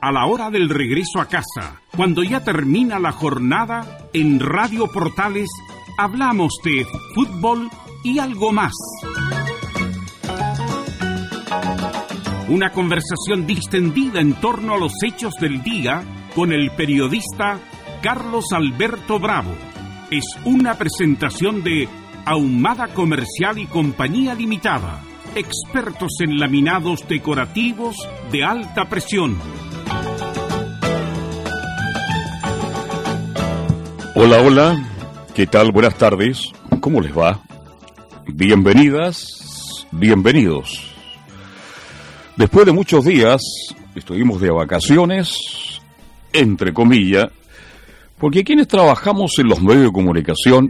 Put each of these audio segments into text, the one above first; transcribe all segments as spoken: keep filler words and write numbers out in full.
a la hora del regreso a casa, cuando ya termina la jornada, en Radio Portales hablamos de fútbol y algo más. Una conversación distendida en torno a los hechos del día con el periodista Carlos Alberto Bravo. Es una presentación de Ahumada Comercial y Compañía Limitada, expertos en laminados decorativos de alta presión. Hola, hola, ¿qué tal? Buenas tardes, ¿cómo les va? Bienvenidas, bienvenidos. Después de muchos días, estuvimos de vacaciones, entre comillas, porque quienes trabajamos en los medios de comunicación,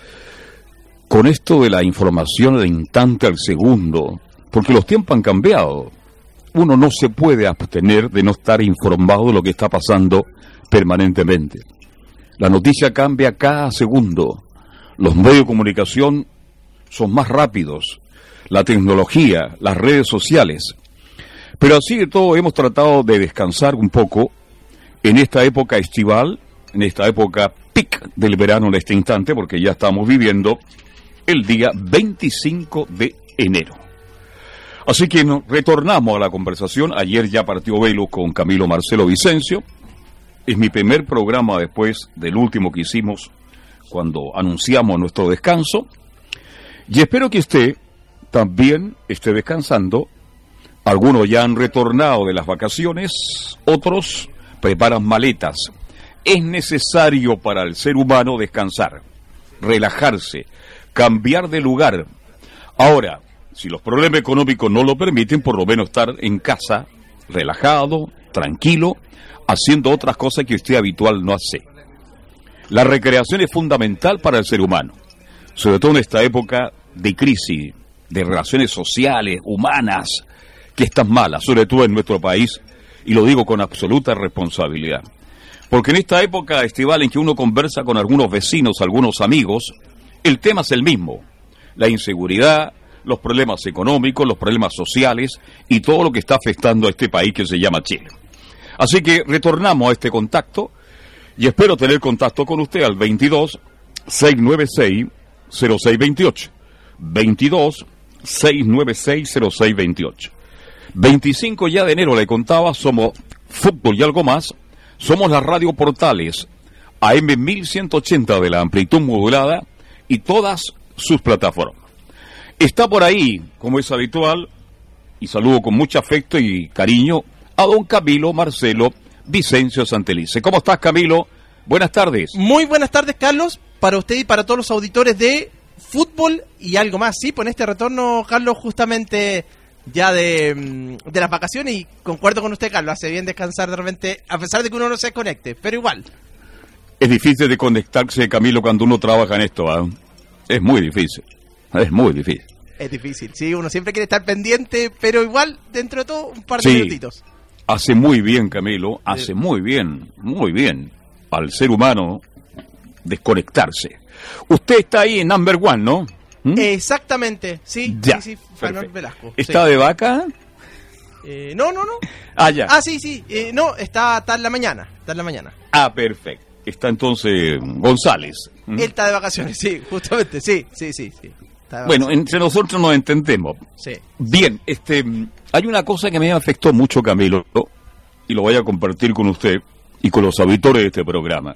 con esto de la información de instante al segundo, porque los tiempos han cambiado, uno no se puede abstener de no estar informado de lo que está pasando permanentemente. La noticia cambia cada segundo, los medios de comunicación son más rápidos, la tecnología, las redes sociales. Pero así de todo hemos tratado de descansar un poco en esta época estival, en esta época pic del verano en este instante, porque ya estamos viviendo el día veinticinco de enero. Así que nos retornamos a la conversación. Ayer ya partió velo con Camilo Marcelo Vicencio. Es mi primer programa después del último que hicimos cuando anunciamos nuestro descanso. Y espero que usted también esté descansando. Algunos ya han retornado de las vacaciones, otros preparan maletas. Es necesario para el ser humano descansar, relajarse, cambiar de lugar. Ahora, si los problemas económicos no lo permiten, por lo menos estar en casa, relajado, tranquilo, haciendo otras cosas que usted habitual no hace. La recreación es fundamental para el ser humano, sobre todo en esta época de crisis, de relaciones sociales, humanas, que están malas, sobre todo en nuestro país, y lo digo con absoluta responsabilidad. Porque en esta época estival en que uno conversa con algunos vecinos, algunos amigos, el tema es el mismo: la inseguridad, los problemas económicos, los problemas sociales y todo lo que está afectando a este país que se llama Chile. Así que retornamos a este contacto y espero tener contacto con usted al veintidós, seiscientos noventa y seis, cero seis veintiocho. veintidós, seiscientos noventa y seis, cero seis veintiocho. veinticinco ya de enero, le contaba, somos Fútbol y Algo Más. Somos las Radio Portales, A M mil ciento ochenta de la amplitud modulada y todas sus plataformas. Está por ahí, como es habitual, y saludo con mucho afecto y cariño a don Camilo Marcelo Vicencio Santelice. ¿Cómo estás, Camilo? Buenas tardes. Muy buenas tardes, Carlos, para usted y para todos los auditores de Fútbol y Algo Más. Sí, por este retorno, Carlos, justamente ya de, de las vacaciones, y concuerdo con usted, Carlos, hace bien descansar de repente, a pesar de que uno no se conecte, pero igual. Es difícil de conectarse, Camilo, cuando uno trabaja en esto, ¿eh? Es muy difícil, es muy difícil. Es difícil, sí, uno siempre quiere estar pendiente, pero igual, dentro de todo, un par de sí, minutitos. Hace muy bien, Camilo, hace sí. muy bien, muy bien al ser humano desconectarse. Usted está ahí en Number One, ¿no? ¿Mm? Exactamente, sí, ya, sí, sí, Fernando Velasco. ¿Está sí. de vaca? Eh, no, no, no. Ah, ya. Ah, sí, sí, eh, no, está, está en la mañana, está en la mañana. Ah, perfecto. Está entonces González. ¿Mm? Él está de vacaciones, sí, justamente, sí, sí, sí, sí. Bueno, entre nosotros nos entendemos. Sí. Bien, este, hay una cosa que me afectó mucho, Camilo, y lo voy a compartir con usted y con los auditores de este programa.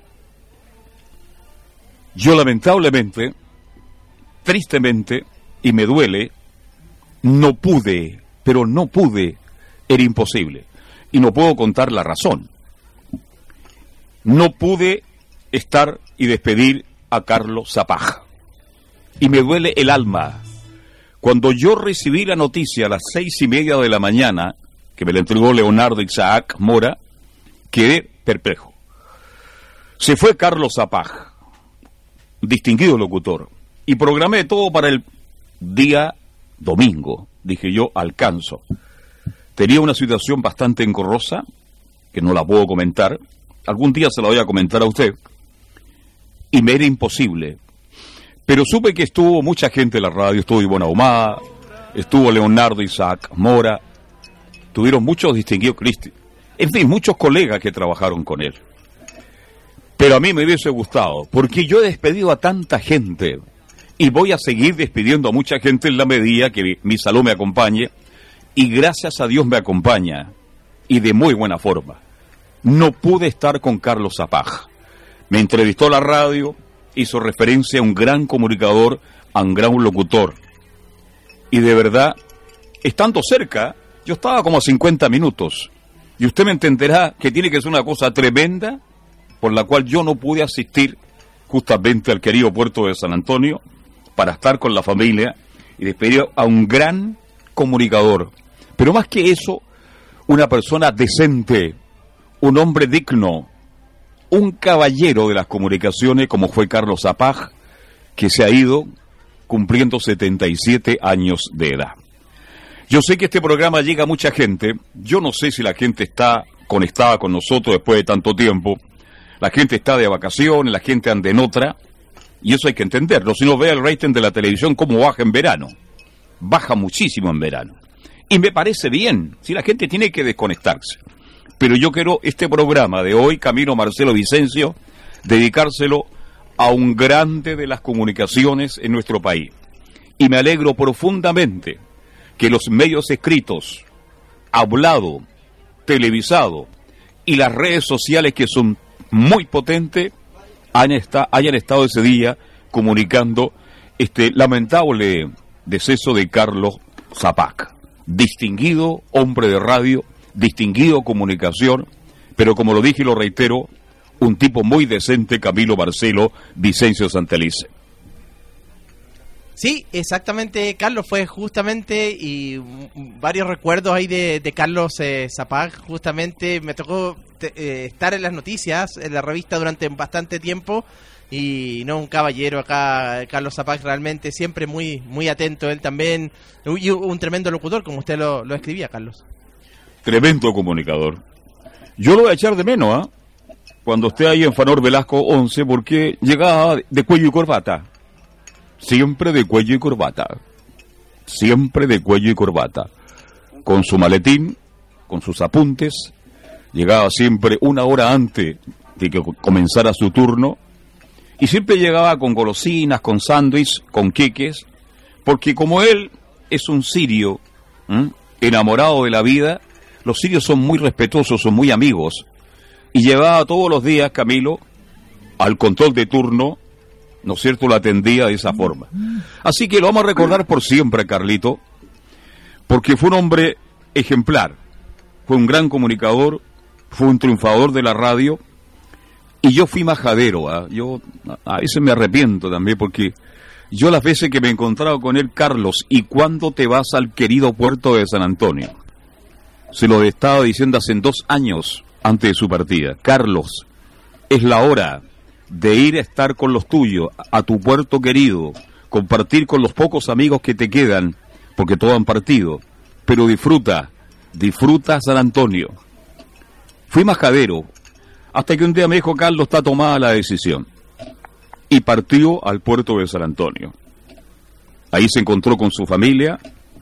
Yo lamentablemente, tristemente, y me duele, no pude, pero no pude, era imposible. Y no puedo contar la razón. No pude estar y despedir a Carlos Zapag. Y me duele el alma. Cuando yo recibí la noticia a las seis y media de la mañana, que me la entregó Leonardo Isaac Mora, quedé perplejo. Se fue Carlos Zapag, distinguido locutor, y programé todo para el día domingo. Dije yo, alcanzo. Tenía una situación bastante engorrosa, que no la puedo comentar. Algún día se la voy a comentar a usted. Y me era imposible. Pero supe que estuvo mucha gente en la radio, estuvo Ivonne Ahumada, estuvo Leonardo Isaac Mora, tuvieron muchos distinguidos, Cristi, En fin, muchos colegas que trabajaron con él. Pero a mí me hubiese gustado, porque yo he despedido a tanta gente y voy a seguir despidiendo a mucha gente en la medida que mi, mi salud me acompañe, y gracias a Dios me acompaña, y de muy buena forma. No pude estar con Carlos Zapag. Me entrevistó la radio, hizo referencia a un gran comunicador, a un gran locutor. Y de verdad, estando cerca, yo estaba como a cincuenta minutos. Y usted me entenderá que tiene que ser una cosa tremenda por la cual yo no pude asistir justamente al querido puerto de San Antonio para estar con la familia y despedir a un gran comunicador. Pero más que eso, una persona decente, un hombre digno, un caballero de las comunicaciones como fue Carlos Zapag, que se ha ido cumpliendo setenta y siete años de edad. Yo sé que este programa llega a mucha gente. Yo no sé si la gente está conectada con nosotros después de tanto tiempo. La gente está de vacaciones, la gente anda en otra, y eso hay que entenderlo. Si uno ve el rating de la televisión, cómo baja en verano. Baja muchísimo en verano. Y me parece bien, si la gente tiene que desconectarse. Pero yo quiero este programa de hoy, Camilo Marcelo Vicencio, dedicárselo a un grande de las comunicaciones en nuestro país. Y me alegro profundamente que los medios escritos, hablado, televisado y las redes sociales, que son muy potentes, hayan, está, hayan estado ese día comunicando este lamentable deceso de Carlos Zapag. Distinguido hombre de radio, distinguido comunicación, pero como lo dije y lo reitero, un tipo muy decente, Camilo Marcelo Vicencio Santelice. Sí, exactamente, Carlos, fue justamente, y varios recuerdos ahí de, de Carlos eh, Zapag. Justamente me tocó te, eh, estar en las noticias, en la revista durante bastante tiempo, y no, un caballero acá, Carlos Zapag, realmente siempre muy muy atento, él también, y un tremendo locutor, como usted lo, lo escribía, Carlos. Tremendo comunicador. Yo lo voy a echar de menos, ¿ah? ¿eh? Cuando esté ahí en Fanor Velasco once, porque llegaba de cuello y corbata. Siempre de cuello y corbata. Siempre de cuello y corbata. Con su maletín, con sus apuntes. Llegaba siempre una hora antes de que comenzara su turno. Y siempre llegaba con golosinas, con sándwiches, con queques. Porque como él es un sirio, ¿eh? enamorado de la vida, los sirios son muy respetuosos, son muy amigos. Y llevaba todos los días, Camilo, al control de turno, ¿no es cierto?, lo atendía de esa forma. Así que lo vamos a recordar por siempre, Carlito, porque fue un hombre ejemplar, fue un gran comunicador, fue un triunfador de la radio, y yo fui majadero, ¿eh? Yo a veces me arrepiento también, porque yo las veces que me he encontrado con él, Carlos, ¿y cuándo te vas al querido puerto de San Antonio? Se lo estaba diciendo hace dos años antes de su partida. Carlos, es la hora de ir a estar con los tuyos, a tu puerto querido, compartir con los pocos amigos que te quedan, porque todos han partido, pero disfruta, disfruta San Antonio. Fui majadero, hasta que un día me dijo, Carlos, está tomada la decisión, y partió al puerto de San Antonio. Ahí se encontró con su familia,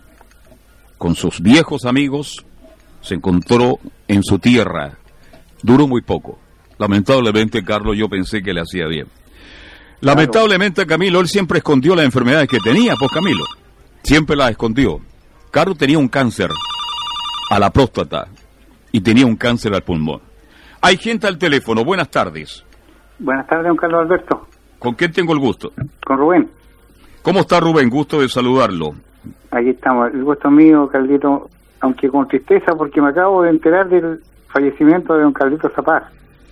con sus viejos amigos, se encontró en su tierra. Duró muy poco. Lamentablemente, Carlos, yo pensé que le hacía bien. Lamentablemente, Camilo, él siempre escondió las enfermedades que tenía, pues, Camilo. Siempre las escondió. Carlos tenía un cáncer a la próstata y tenía un cáncer al pulmón. Hay gente al teléfono. Buenas tardes. Buenas tardes, don Carlos Alberto. ¿Con quién tengo el gusto? Con Rubén. ¿Cómo está, Rubén? Gusto de saludarlo. Aquí estamos. El gusto mío, Carlito, aunque con tristeza, porque me acabo de enterar del fallecimiento de don Carlito Zapag.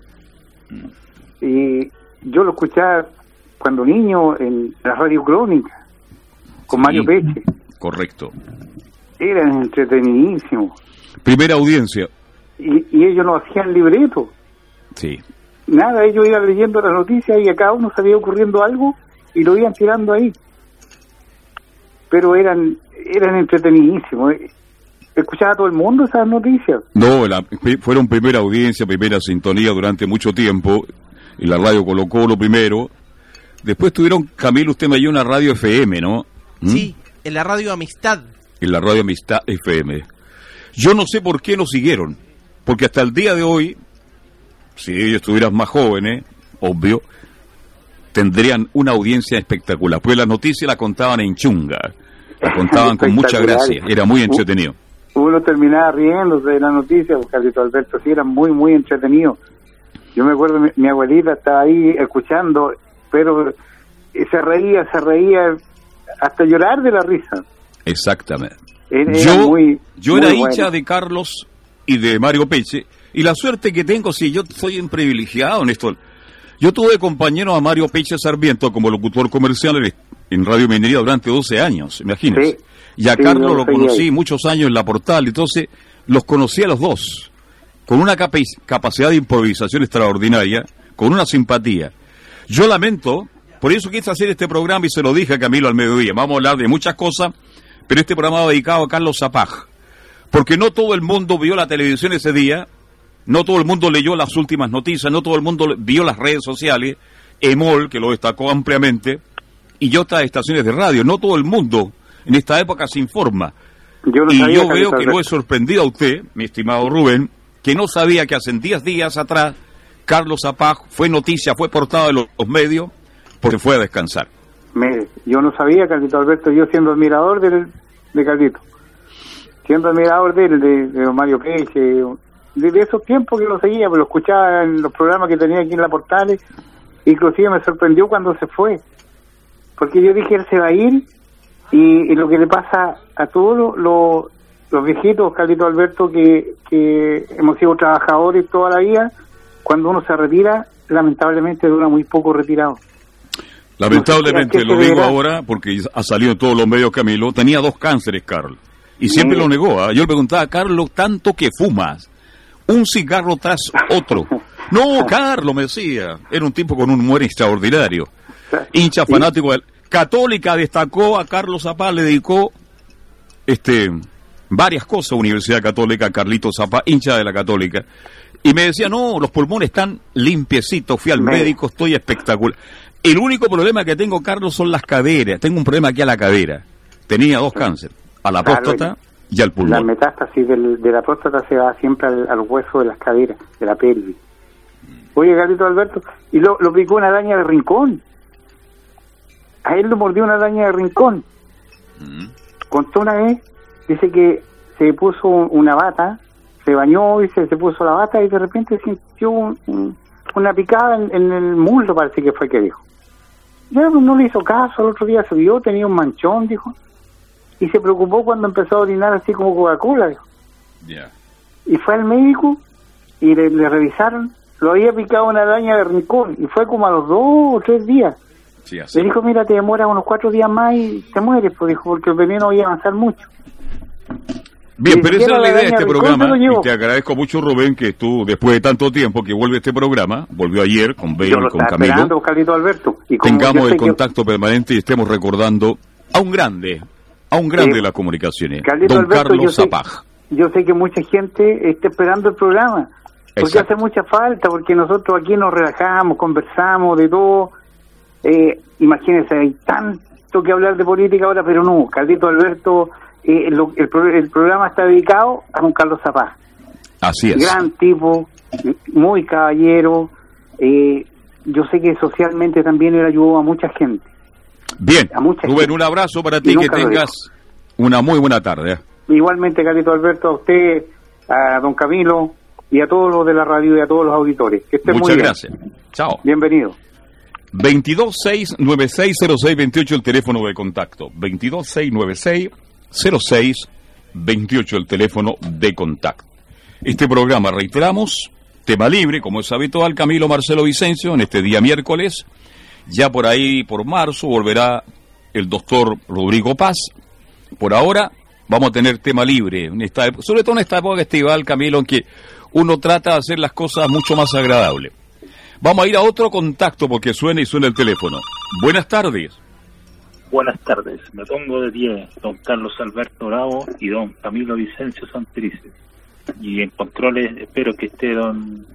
Y yo lo escuchaba cuando niño en la radio Crónica con sí, Mario Peche. Correcto. Eran entretenidísimos. Primera audiencia. Y, y ellos no hacían libreto. Sí. Nada, ellos iban leyendo las noticias y a cada uno se había ocurriendo algo y lo iban tirando ahí. Pero eran eran entretenidísimos. ¿Escuchaba a todo el mundo esas noticias? No, la, fueron primera audiencia, primera sintonía durante mucho tiempo. Y la radio colocó lo primero. Después tuvieron, Camilo, usted me dio una radio F M, ¿no? ¿Mm? Sí, en la radio Amistad. En la radio Amistad F M. Yo no sé por qué no siguieron. Porque hasta el día de hoy, si ellos estuvieran más jóvenes, obvio, tendrían una audiencia espectacular. Pues las noticias la contaban en chunga, la contaban con mucha gracia, era muy entretenido. Uno terminaba riéndose de la noticia, porque Carlito Alberto sí era muy, muy entretenido. Yo me acuerdo, mi, mi abuelita estaba ahí escuchando, pero se reía, se reía hasta llorar de la risa. Exactamente. Era, yo era muy, yo muy era bueno. hincha de Carlos y de Mario Peche, y la suerte que tengo, si yo soy un privilegiado en esto, yo tuve compañero a Mario Peche Sarmiento como locutor comercial en, en Radio Minería durante doce años, imagínense. Sí, y a sí, Carlos lo conocí ahí. muchos años en la Portal, entonces los conocí a los dos, con una capa capacidad de improvisación extraordinaria, con una simpatía. Yo lamento, por eso quise hacer este programa y se lo dije a Camilo al mediodía, vamos a hablar de muchas cosas, pero este programa va dedicado a Carlos Zapag, porque no todo el mundo vio la televisión ese día, no todo el mundo leyó las últimas noticias, no todo el mundo vio las redes sociales, EMOL, que lo destacó ampliamente, y otras estaciones de radio. No todo el mundo en esta época se informa. Yo y sabía, yo veo que Alberto. lo he sorprendido a usted, mi estimado Rubén, que no sabía que hace diez días atrás Carlos Zapag fue noticia, fue portada de los, los medios, porque fue a descansar. Me, yo no sabía, Carlito Alberto, yo siendo admirador del, de Carlito, siendo admirador de él, de, de don Mario Peche, de, de esos tiempos que lo seguía, lo escuchaba en los programas que tenía aquí en la Portales, inclusive me sorprendió cuando se fue, porque yo dije, él se va a ir, y, y lo que le pasa a todos los, los, los viejitos, Carlito Alberto, que, que hemos sido trabajadores toda la vida, cuando uno se retira, lamentablemente dura muy poco retirado. Lamentablemente, no sé, lo digo verá. ahora, porque ha salido en todos los medios, Camilo, tenía dos cánceres, Carlos, y siempre sí. lo negó. ¿eh? Yo le preguntaba, Carlos, tanto que fumas, un cigarro tras otro. No, Carlos, me decía, era un tipo con un humor extraordinario, hincha fanático de... Católica destacó a Carlos Zapag, le dedicó este varias cosas, Universidad Católica, Carlito Zapag, hincha de la Católica, y me decía, no, los pulmones están limpiecitos, fui al me... médico, estoy espectacular. El único problema que tengo, Carlos, son las caderas, tengo un problema aquí a la cadera, tenía dos cánceres, a la claro, próstata y al pulmón. La metástasis del, de la próstata se va siempre al, al hueso de las caderas, de la pelvis. Oye, Carlito Alberto, y lo, lo picó una araña de rincón. A él lo mordió una araña de rincón. Mm. Contó una vez, dice que se puso una bata, se bañó y se, se puso la bata y de repente sintió un, un, una picada en, en el muslo, parece que fue que dijo. Ya no le hizo caso, el otro día se vio, tenía un manchón, dijo. Y se preocupó cuando empezó a orinar así como Coca-Cola, dijo. Yeah. Y fue al médico y le, le revisaron, lo había picado una araña de rincón y fue como a los dos o tres días. Sí, así. Le dijo, mira, te demora unos cuatro días más y te mueres, pues dijo, porque el veneno va a avanzar mucho. Bien, pero esa es la idea de este programa, y te agradezco mucho, Rubén, que tú, después de tanto tiempo que vuelve este programa, volvió ayer con Ben, con Camilo, Carlito Alberto, y tengamos el contacto que... permanente y estemos recordando a un grande, a un grande eh, de las comunicaciones, Carlito don Alberto, Carlos yo Zapag. Sé, yo sé que mucha gente está esperando el programa, porque Exacto. hace mucha falta, porque nosotros aquí nos relajamos, conversamos de todo. Eh, imagínense, hay tanto que hablar de política ahora, pero no, Carlito Alberto, eh, lo, el, el programa está dedicado a don Carlos Zapag. Así es. Gran tipo, muy caballero, eh, yo sé que socialmente también él ayudó a mucha gente. Bien, a mucha Rubén, gente. Un abrazo para ti, que tengas una muy buena tarde. ¿eh? Igualmente, Carlito Alberto, a usted, a don Camilo y a todos los de la radio y a todos los auditores. Que estén Muchas muy bien. gracias. Chao. Bienvenido. veintidós seis noventa y seis cero seis veintiocho el teléfono de contacto. veintidós seis noventa y seis cero seis veintiocho el teléfono de contacto. Este programa, reiteramos, tema libre, como es habitual, Camilo Marcelo Vicencio, en este día miércoles. Ya por ahí, por marzo, volverá el doctor Rodrigo Paz. Por ahora, vamos a tener tema libre, en esta, sobre todo en esta época estival, Camilo, en que uno trata de hacer las cosas mucho más agradables. Vamos a ir a otro contacto porque suena y suena el teléfono. Buenas tardes. Buenas tardes. Me pongo de pie, don Carlos Alberto Bravo y don Camilo Vicencio Santelices. Y en controles espero que esté don...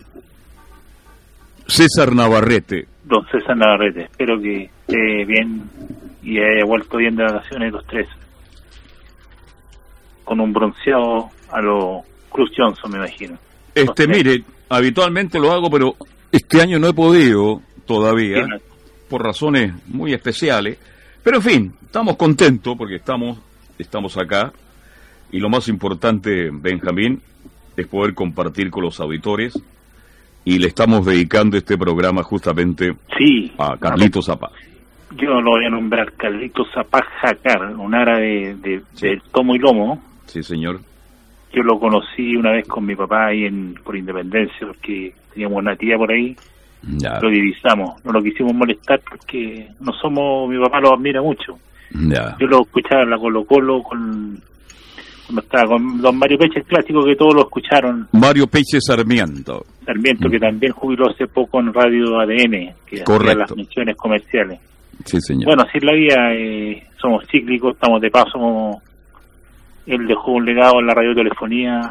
César Navarrete. Don César Navarrete. Espero que esté bien y haya vuelto bien de vacaciones los tres. Con un bronceado a lo Cruz Johnson, me imagino. Este, no sé. mire, habitualmente lo hago, pero este año no he podido todavía, Bien. por razones muy especiales. Pero en fin, estamos contentos porque estamos, estamos acá. Y lo más importante, Benjamín, es poder compartir con los auditores. Y le estamos dedicando este programa justamente Sí. a Carlitos Zapag. Yo lo voy a nombrar Carlitos Zapag Jacar, un árabe de, Sí. de tomo y lomo. Sí, señor. Yo lo conocí una vez con mi papá ahí en, por Independencia, porque teníamos una tía por ahí. Ya, Lo divisamos, no lo quisimos molestar porque no somos, mi papá lo admira mucho. ya. Yo lo escuchaba en la Colo Colo con, cuando estaba con don Mario Peche, el clásico que todos lo escucharon. Mario Peche Sarmiento. Sarmiento, Mm. que también jubiló hace poco en Radio A D N, que hacía Correcto. las menciones comerciales. Sí, señor. Bueno, así es la vida, eh, somos cíclicos, estamos de paso. Como él dejó un legado en la radiotelefonía,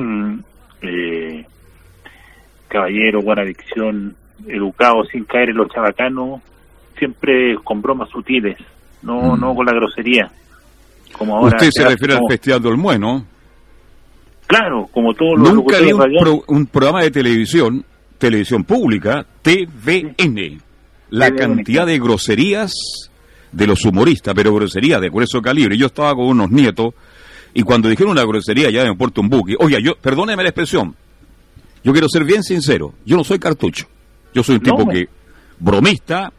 eh, caballero, buena adicción, educado sin caer en lo chabacano, siempre con bromas sutiles, no Mm. no con la grosería. Como ahora Usted se hace refiere como- al Festival del Bueno. Claro, como todos los Nunca vi locutores un, radiales. pro- un programa de televisión, televisión pública, T V N. La T V N, cantidad de groserías de los humoristas, pero groserías de grueso calibre. Yo estaba con unos nietos y cuando dijeron una grosería ya me importa un buque. Oiga, yo, perdóneme la expresión, yo quiero ser bien sincero, yo no soy cartucho. Yo soy un No. tipo que, bromista,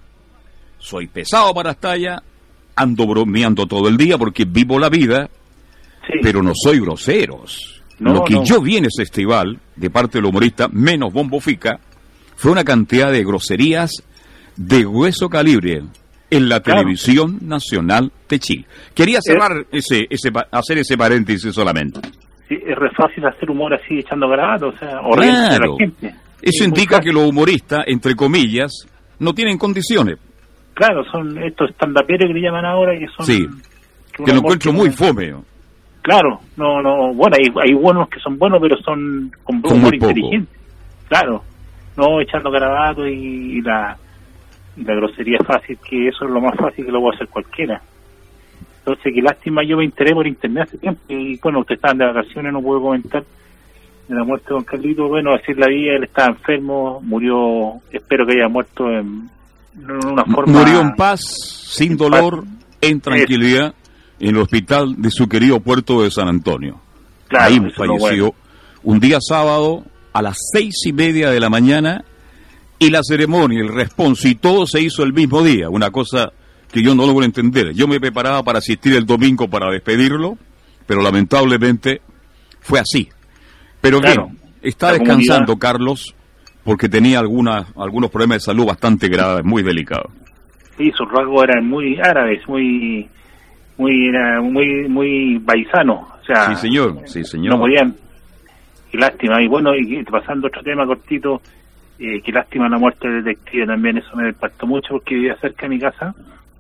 soy pesado para las tallas, ando bromeando todo el día porque vivo la vida, Sí. pero no soy groseros. No, Lo que no. yo vi en ese festival, de parte del humorista, menos Bombo Fica, fue una cantidad de groserías de grueso calibre en la Claro. televisión nacional de Chile. Quería cerrar ese, ese, pa- hacer ese paréntesis solamente. Sí, es re fácil hacer humor así, echando grado, o sea, o riéndose de Claro. la gente. Eso Es muy indica fácil. que los humoristas, entre comillas, no tienen condiciones. Claro, son estos stand-uperos que le llaman ahora, que son... Sí, un que lo humor encuentro que muy no- fome. Claro, no, no, bueno, hay, hay buenos que son buenos, pero son con Son humor muy pocos. inteligente. Claro, no echando garabato y, y la y la grosería fácil, que eso es lo más fácil que lo puede hacer cualquiera. Entonces, qué lástima, yo me enteré por internet hace tiempo, y bueno, ustedes estaban de vacaciones, no puedo comentar de la muerte de don Carlito. Bueno, así es la vida, él estaba enfermo, murió, espero que haya muerto en, en una forma... Murió en paz, sin en dolor, paz. en tranquilidad, en el hospital de su querido puerto de San Antonio. Claro, Ahí eso es lo falleció bueno. un día sábado a las seis y media de la mañana, y la ceremonia, el responso y todo se hizo el mismo día, una cosa que yo no logro entender. Yo me preparaba para asistir el domingo para despedirlo, pero lamentablemente fue así. Pero Claro, bien, está la descansando comunidad- Carlos, porque tenía algunas, algunos problemas de salud bastante graves, muy delicados. Sí, sus rasgos eran muy árabes, muy muy era muy muy paisanos, o sea, Sí, señor, sí, señor. no podían. Qué lástima. Y bueno, y pasando otro tema cortito, eh, qué lástima la muerte del detective también, eso me impactó mucho porque vivía cerca de mi casa,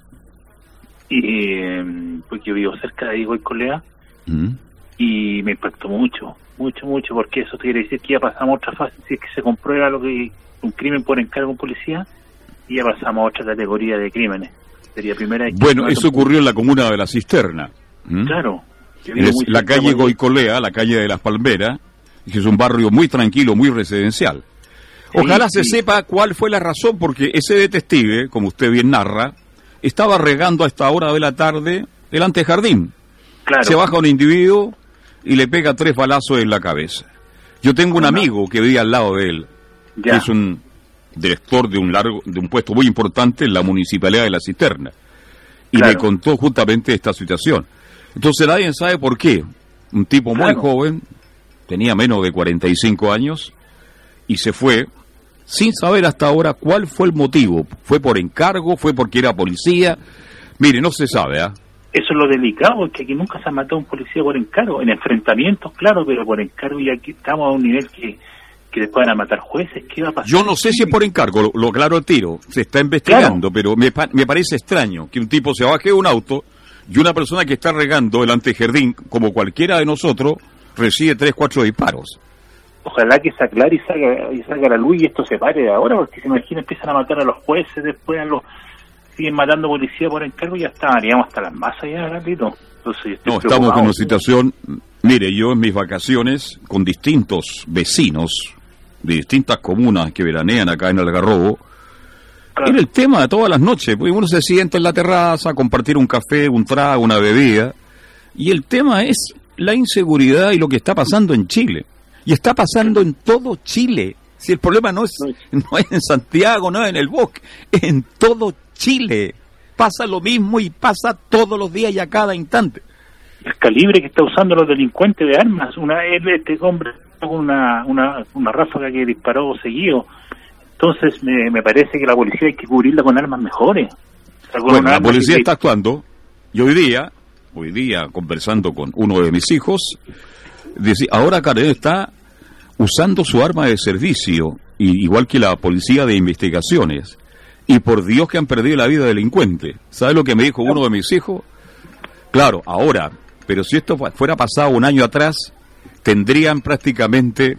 y eh, porque yo vivo cerca de Diego y Colea, Mm. y me impactó mucho, mucho, mucho, porque eso quiere decir que ya pasamos a otra fase, si es que se comprueba lo que un crimen por encargo de un policía, y ya pasamos a otra categoría de crímenes. Sería la primera vez que Bueno, se eso mata un- ocurrió en la comuna de La Cisterna. ¿Mm? Claro. Yo En vivo es- muy la cerca calle de ahí. Goicolea, la calle de las Palmeras, que es un barrio muy tranquilo, muy residencial. Ojalá Sí, se sí. sepa cuál fue la razón, porque ese detective, como usted bien narra, estaba regando a esta hora de la tarde el antejardín. Claro. Se baja un individuo y le pega tres balazos en la cabeza. Yo tengo un No. amigo que vive al lado de él, Ya. que es un director de un largo, de un puesto muy importante en la municipalidad de La Cisterna, y Claro. me contó justamente esta situación. Entonces nadie sabe por qué. Un tipo muy Claro. joven, tenía menos de cuarenta y cinco años, y se fue sin saber hasta ahora cuál fue el motivo. ¿Fue por encargo? ¿Fue porque era policía? Mire, no se sabe, ¿ah? Eso es lo delicado, porque aquí nunca se ha matado un policía por encargo. En enfrentamientos, claro, pero por encargo, y aquí estamos a un nivel que, que después van a matar jueces. ¿Qué va a pasar? Yo no sé si es por encargo, lo, lo claro tiro, se está investigando, pero me, pa- me parece extraño que un tipo se baje de un auto y una persona que está regando el antejardín, como cualquiera de nosotros, recibe tres, cuatro disparos. Ojalá que se aclare y salga, y salga a la luz y esto se pare de ahora, porque se imagina empiezan a matar a los jueces, después a los siguen matando policía por encargo y ya está, haríamos hasta las masas ya, Carlito. Entonces, yo estoy No, estamos preocupado. con una situación Mire, yo en mis vacaciones, con distintos vecinos de distintas comunas que veranean acá en Algarrobo, claro, era el tema de todas las noches, porque uno se sienta en la terraza a compartir un café, un trago, una bebida, y el tema es la inseguridad y lo que está pasando en Chile. Y está pasando en todo Chile. Si el problema no es, no es en Santiago, no es en el Bosque, es en todo Chile. Pasa lo mismo y pasa todos los días y a cada instante. El calibre que está usando los delincuentes de armas, una este hombre con una, una, una ráfaga que disparó seguido. Entonces me, me parece que la policía hay que cubrirla con armas mejores. O sea, con bueno, la policía que... está actuando, y hoy día, hoy día conversando con uno de mis hijos, dice, ahora Carabineros está usando su arma de servicio, y, igual que la policía de investigaciones, y por Dios que han perdido la vida de delincuentes. ¿Sabe lo que me dijo uno de mis hijos? Claro, ahora, pero si esto fuera pasado un año atrás, tendrían prácticamente,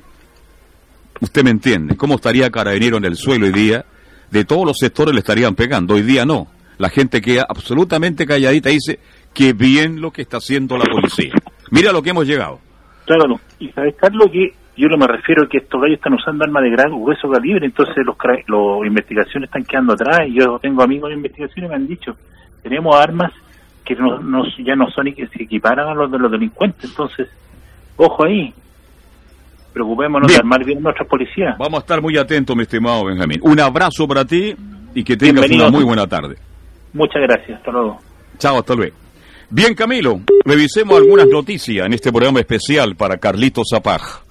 usted me entiende, ¿cómo estaría Carabinero en el suelo hoy día? De todos los sectores le estarían pegando, hoy día no. La gente queda absolutamente calladita y dice, qué bien lo que está haciendo la policía. Mira lo que hemos llegado. Claro, y sabes, Carlos, que yo no me refiero a que estos gallos están usando armas de gran grueso calibre, entonces los los investigaciones están quedando atrás, y yo tengo amigos de investigación y me han dicho, tenemos armas que no, no, ya no son y que se equiparan a los de los delincuentes, entonces, ojo ahí, preocupémonos bien de armar bien nuestras policías. Vamos a estar muy atentos, mi estimado Benjamín. Un abrazo para ti y que tengas Bienvenido. Una muy buena tarde. Muchas gracias, hasta luego. Chao, hasta luego. Bien, Camilo, revisemos algunas noticias en este programa especial para Carlitos Zapag.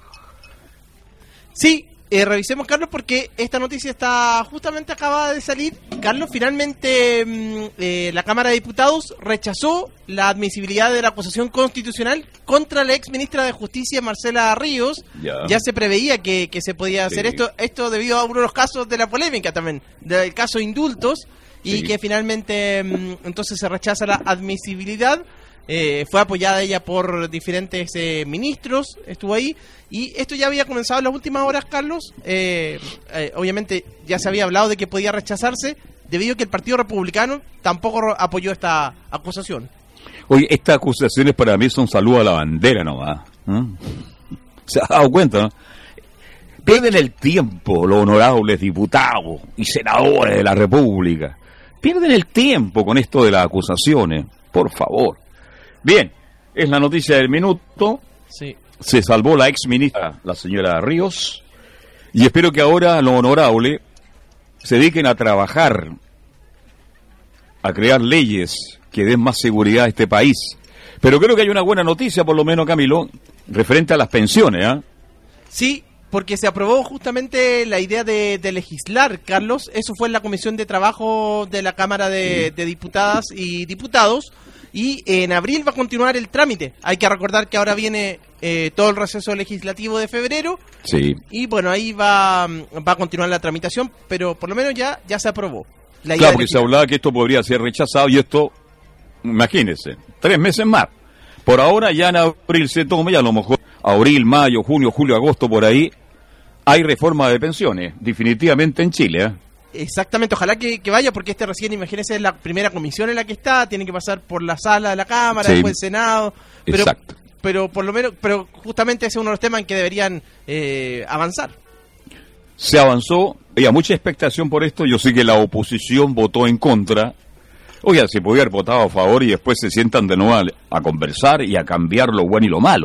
Sí, eh, revisemos, Carlos, porque esta noticia está justamente acabada de salir. Carlos, finalmente mmm, eh, la Cámara de Diputados rechazó la admisibilidad de la acusación constitucional contra la ex ministra de Justicia, Marcela Ríos. Ya, ya se preveía que, que se podía hacer sí. esto, esto debido a uno de los casos de la polémica también, del caso de indultos, y sí. que finalmente mmm, entonces se rechaza la admisibilidad. Eh, fue apoyada ella por diferentes eh, ministros, estuvo ahí, y esto ya había comenzado en las últimas horas, Carlos. Eh, eh, obviamente ya se había hablado de que podía rechazarse, debido a que el Partido Republicano tampoco apoyó esta acusación. Oye, estas acusaciones para mí son saludo a la bandera nomás. ¿eh? ¿Se ha dado cuenta, no? Pierden el tiempo los honorables diputados y senadores de la República. Pierden el tiempo con esto de las acusaciones, por favor. Bien, es la noticia del minuto. Sí. Se salvó la ex ministra, la señora Ríos, y espero que ahora los honorables se dediquen a trabajar, a crear leyes que den más seguridad a este país. Pero creo que hay una buena noticia, por lo menos, Camilo, referente a las pensiones, ¿ah? ¿eh? Sí, porque se aprobó justamente la idea de, de legislar, Carlos. Eso fue en la Comisión de Trabajo de la Cámara de, sí. de Diputadas y Diputados. Y en abril va a continuar el trámite. Hay que recordar que ahora viene eh, todo el receso legislativo de febrero. Sí. Y bueno, ahí va, va a continuar la tramitación, pero por lo menos ya, ya se aprobó. La claro, porque se hablaba que esto podría ser rechazado y esto, imagínense, tres meses más. Por ahora ya en abril se toma, y a lo mejor abril, mayo, junio, julio, agosto, por ahí, hay reforma de pensiones, definitivamente en Chile, ¿eh? Exactamente, ojalá que, que vaya, porque este recién, imagínense, es la primera comisión en la que está, tiene que pasar por la sala de la Cámara, sí. después el Senado, pero, exacto. pero por lo menos, pero justamente ese es uno de los temas en que deberían eh, avanzar. Se avanzó, había mucha expectación por esto, yo sé que la oposición votó en contra. Oiga, se podía haber votado a favor y después se sientan de nuevo a, a conversar y a cambiar lo bueno y lo malo.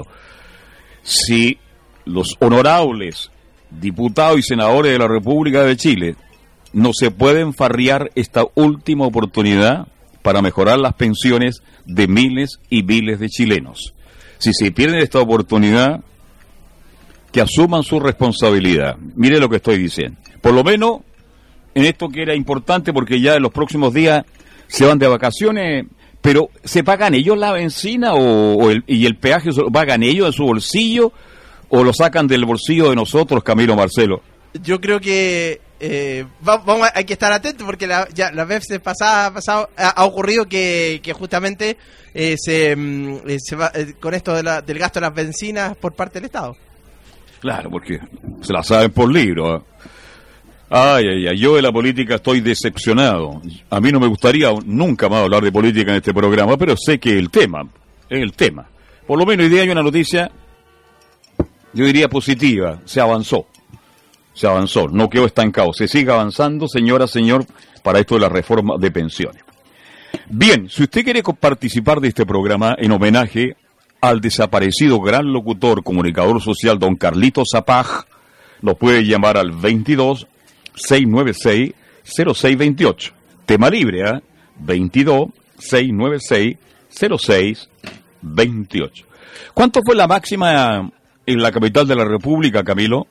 Si los honorables diputados y senadores de la República de Chile no se pueden farrear esta última oportunidad para mejorar las pensiones de miles y miles de chilenos. Si se pierden esta oportunidad, que asuman su responsabilidad. Mire lo que estoy diciendo. Por lo menos, en esto que era importante, porque ya en los próximos días se van de vacaciones, pero ¿se pagan ellos la benzina o, o el, y el peaje lo pagan ellos de su bolsillo o lo sacan del bolsillo de nosotros, Camilo Marcelo? Yo creo que eh, vamos, hay que estar atentos porque la, ya las veces pasadas pasado, ha, ha ocurrido que, que justamente eh, se, eh, se va eh, con esto de la, del gasto de las bencinas por parte del Estado. Claro, porque se la saben por libro. ¿eh? Ay, ay, ay, yo de la política estoy decepcionado. A mí no me gustaría nunca más hablar de política en este programa, pero sé que el tema, es el tema. por lo menos hoy día hay una noticia, yo diría positiva, se avanzó, se avanzó, no quedó estancado, se sigue avanzando, señora, señor, para esto de la reforma de pensiones. Bien, si usted quiere participar de este programa en homenaje al desaparecido gran locutor, comunicador social, don Carlito Zapag, nos puede llamar al veintidós, seiscientos noventa y seis, cero seis veintiocho. Tema libre, ¿eh? veintidós, seiscientos noventa y seis, cero seis veintiocho. ¿Cuánto fue la máxima en la capital de la República, Camilo?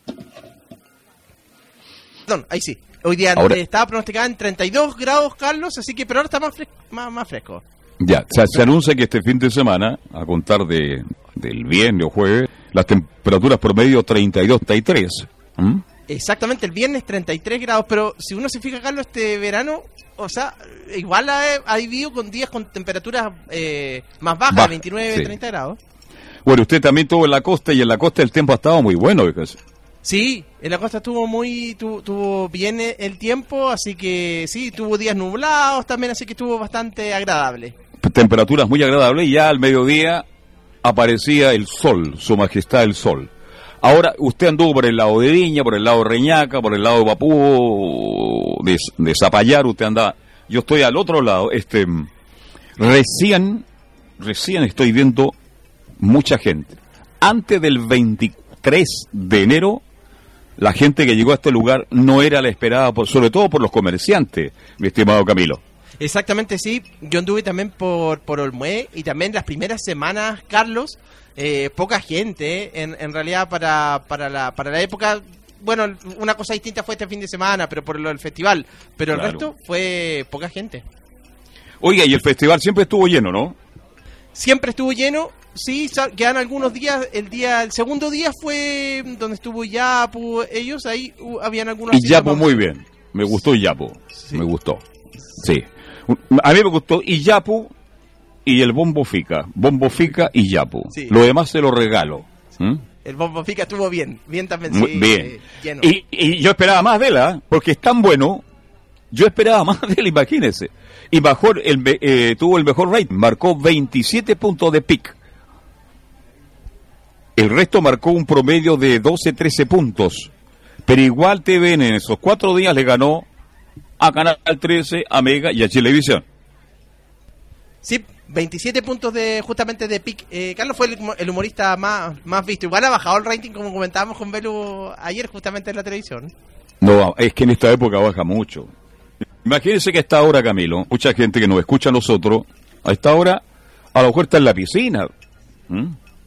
Perdón, ahí sí. Hoy día ahora, estaba pronosticada en treinta y dos grados, Carlos, así que pero ahora está más fresco. Más, más fresco. Ya, se, se anuncia que este fin de semana, a contar de del viernes o jueves, las temperaturas promedio treinta y dos, treinta y tres. ¿Mm? Exactamente, el viernes treinta y tres grados, pero si uno se fija, Carlos, este verano, o sea, igual ha, ha vivido con días con temperaturas eh, más bajas, Baja, veintinueve, sí. treinta grados. Bueno, usted también estuvo en la costa y en la costa el tiempo ha estado muy bueno, fíjese. Sí, en la costa estuvo muy, tuvo, tuvo bien el tiempo, así que sí, tuvo días nublados también, así que estuvo bastante agradable. Temperaturas muy agradables y ya al mediodía aparecía el sol, su majestad el sol. Ahora, usted anduvo por el lado de Viña, por el lado de Reñaca, por el lado de Papú, de, de Zapallar, usted andaba. Yo estoy al otro lado, este, recién, recién estoy viendo mucha gente. Antes del veintitrés de enero, la gente que llegó a este lugar no era la esperada, por, sobre todo por los comerciantes, mi estimado Camilo. Exactamente, sí. Yo anduve también por, por Olmué y también las primeras semanas, Carlos, eh, poca gente, eh, en, en realidad para, para, la, para la época. Bueno, una cosa distinta fue este fin de semana, pero por lo del festival, pero claro, el resto fue poca gente. Oiga, y el festival siempre estuvo lleno, ¿no? Siempre estuvo lleno, sí, quedan algunos días, el día, el segundo día fue donde estuvo Yapu, ellos, ahí uh, habían algunos... Y Yapu muy bien, me gustó Yapu, sí. me gustó, sí. A mí me gustó y Yapu y el Bombo Fica, Bombo Fica y Yapu, sí. Lo demás se lo regalo. Sí. ¿Mm? El Bombo Fica estuvo bien, bien también, sí, bien. Eh, lleno. Y, y yo esperaba más de él, ¿eh? Porque es tan bueno, yo esperaba más de él, imagínense. Y bajó el, eh, tuvo el mejor rating, marcó veintisiete puntos de pick. El resto marcó un promedio de doce, trece puntos. Pero igual T V N en esos cuatro días le ganó a Canal trece, a Mega y a Chilevisión. Sí, veintisiete puntos de justamente de pick. Eh, Carlos fue el, el humorista más, más visto. Igual ha bajado el rating, como comentábamos con Belu ayer justamente en la televisión. No, es que en esta época baja mucho. Imagínense que a esta hora, Camilo, mucha gente que nos escucha a nosotros, a esta hora, a lo mejor está en la piscina. ¿Mm?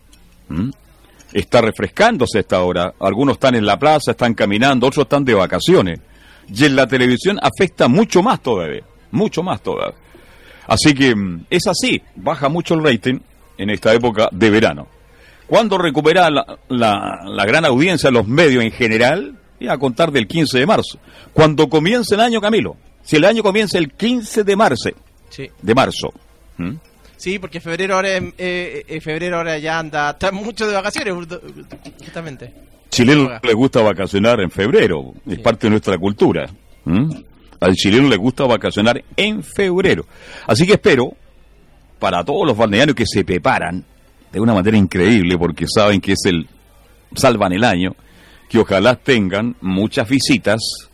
¿Mm? Está refrescándose a esta hora. Algunos están en la plaza, están caminando, otros están de vacaciones. Y en la televisión afecta mucho más todavía, mucho más todavía. Así que es así, baja mucho el rating en esta época de verano. ¿Cuándo recupera la, la, la gran audiencia de los medios en general? Y a contar del quince de marzo. Cuando comience el año, Camilo. Si el año comienza el quince de marzo. Sí. De marzo. ¿Mm? Sí, porque febrero ahora, eh, eh, febrero ahora ya anda, está mucho de vacaciones, justamente. Chileno le gusta vacacionar en febrero, es sí. parte de nuestra cultura. ¿Mm? Al chileno le gusta vacacionar en febrero. Así que espero, para todos los balnearios que se preparan de una manera increíble, porque saben que es el, salvan el año, que ojalá tengan muchas visitas,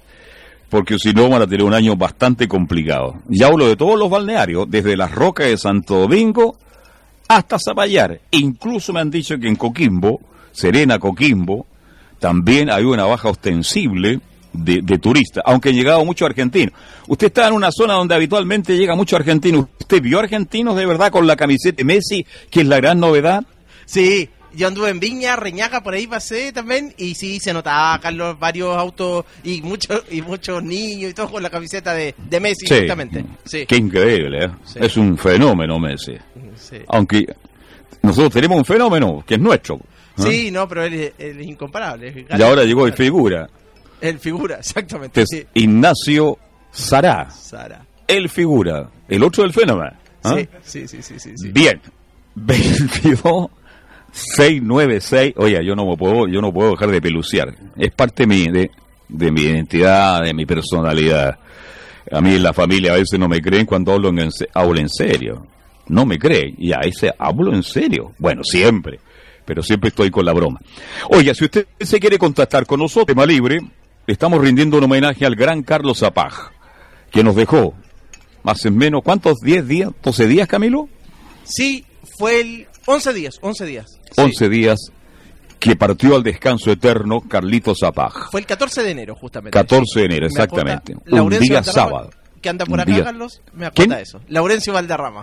porque si no van a tener un año bastante complicado. Ya hablo de todos los balnearios, desde las Rocas de Santo Domingo hasta Zapallar. Incluso me han dicho que en Coquimbo, Serena, Coquimbo, también hay una baja ostensible de, de turistas, aunque han llegado muchos argentinos. Usted está en una zona donde habitualmente llega muchos argentinos. ¿Usted vio argentinos de verdad con la camiseta de Messi, que es la gran novedad? Sí. Yo anduve en Viña, Reñaca, por ahí pasé también, y sí, se notaba, Carlos, varios autos y muchos y muchos niños y todos con la camiseta de, de Messi, sí, justamente. Sí. Qué increíble, ¿eh? Sí. Es un fenómeno Messi. Sí. Aunque nosotros tenemos un fenómeno que es nuestro. ¿eh? Sí, no, pero él, él es incomparable. Y ahora llegó el figura. El figura, exactamente. Es sí. Ignacio Sará. Sara. El figura. El otro del fenómeno. ¿eh? Sí, sí, sí, sí, sí. Bien. veintidós. seiscientos noventa y seis, oye, yo no me puedo, yo no puedo dejar de peluciar. Es parte de mi, de, de mi identidad, de mi personalidad. A mí en la familia a veces no me creen cuando hablo en, hablo en serio. no me cree. Y a ese hablo en serio. Bueno, siempre, pero siempre estoy con la broma. Oiga, si usted se quiere contactar con nosotros, tema libre, estamos rindiendo un homenaje al gran Carlos Zapag, que nos dejó más o menos, ¿cuántos? ¿diez días? ¿doce días, Camilo? Sí, fue el once días, once días. once Sí. días que partió al descanso eterno Carlitos Zapag. Fue el catorce de enero, justamente. catorce de enero, Me acuerda exactamente. Un Laurencio día Valderrama, sábado. Que anda por Un acá, día- Carlos, me acuerda ¿Quién? eso. Laurencio Valderrama.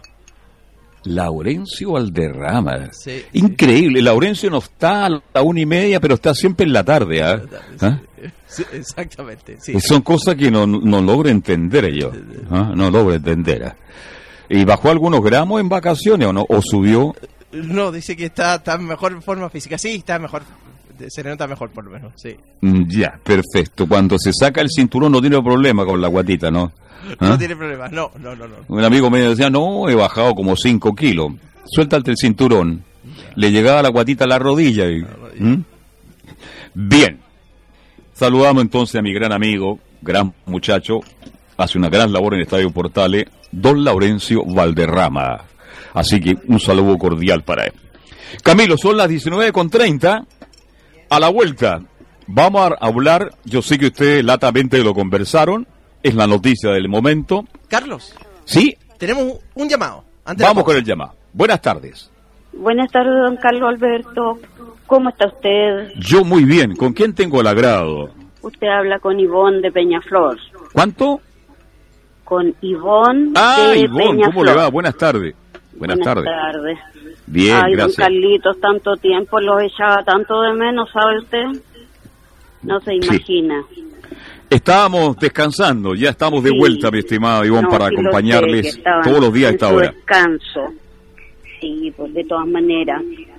Laurencio Valderrama. Sí, Increíble. Laurencio no está a la una y media, pero está siempre en la tarde. ¿Ah? ¿Ah? Sí, exactamente, sí. Y son cosas que no, no logro entender yo. ¿Ah? No logro entender. ¿Ah? ¿Y bajó algunos gramos en vacaciones o no? ¿O subió? No, dice que está, está en mejor forma física. Sí, está mejor. Se le nota mejor, por lo menos, sí. Mm, Ya, perfecto. Cuando se saca el cinturón no tiene problema con la guatita, ¿no? ¿Ah? No tiene problema. No, no, no, no. Un amigo me decía, no, he bajado como cinco kilos. Suéltate el cinturón. Le llegaba la guatita a la rodilla. Y, ¿Mm? Bien. Saludamos entonces a mi gran amigo, gran muchacho, hace una gran labor en Estadio Portales, don Laurencio Valderrama. Así que un saludo cordial para él. Camilo, son las diecinueve con treinta. A la vuelta, vamos a hablar, yo sé que ustedes latamente lo conversaron, es la noticia del momento. Carlos, ¿Sí? tenemos un, un llamado. Antes de la Vamos pausa. con el llamado. Buenas tardes. Buenas tardes, don Carlos Alberto. ¿Cómo está usted? Yo muy bien. ¿Con quién tengo el agrado? Usted habla con Ivonne de Peñaflor. ¿Cuánto? Con Ivonne Ah, de Ivonne, Peñaflor. ¿cómo le va? Buenas tardes. Buenas, tardes. tardes. Bien, Ay, gracias. don Carlitos, tanto tiempo, los echaba tanto de menos, ¿sabe usted? No se Sí. imagina. Estábamos descansando, ya estamos de Sí. vuelta, mi estimado Ivonne, No, para sí lo sé, acompañarles que estaban todos los días a en esta su hora. descanso. Sí, pues de todas maneras.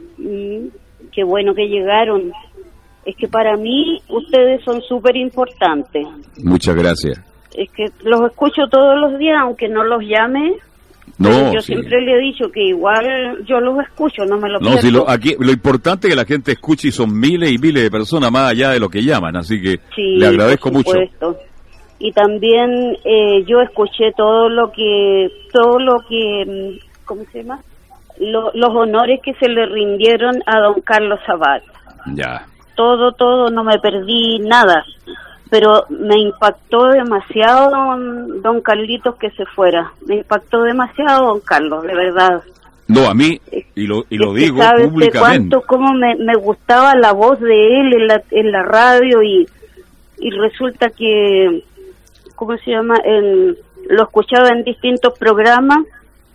Mm, qué bueno que llegaron. Es que para mí ustedes son súper importantes. Muchas gracias. Es que los escucho todos los días, aunque no los llame. No, pero yo sí. siempre le he dicho que igual yo los escucho, no me los No, pierdo. si lo, aquí, lo importante es que la gente escuche y son miles y miles de personas más allá de lo que llaman, así que Sí, le agradezco por mucho. supuesto. Y también eh, yo escuché todo lo que, todo lo que, mm, ¿cómo se llama? Lo- los honores que se le rindieron a don Carlos Zapag. Ya. Todo, todo, no me perdí nada. Pero me impactó demasiado don, don Carlitos que se fuera. Me impactó demasiado don Carlos, de verdad. No, a mí, y lo, y lo Es que digo ¿sabe usted públicamente. cuánto, cómo me, me gustaba la voz de él en la, en la radio y, y resulta que, ¿cómo se llama? En, lo escuchaba en distintos programas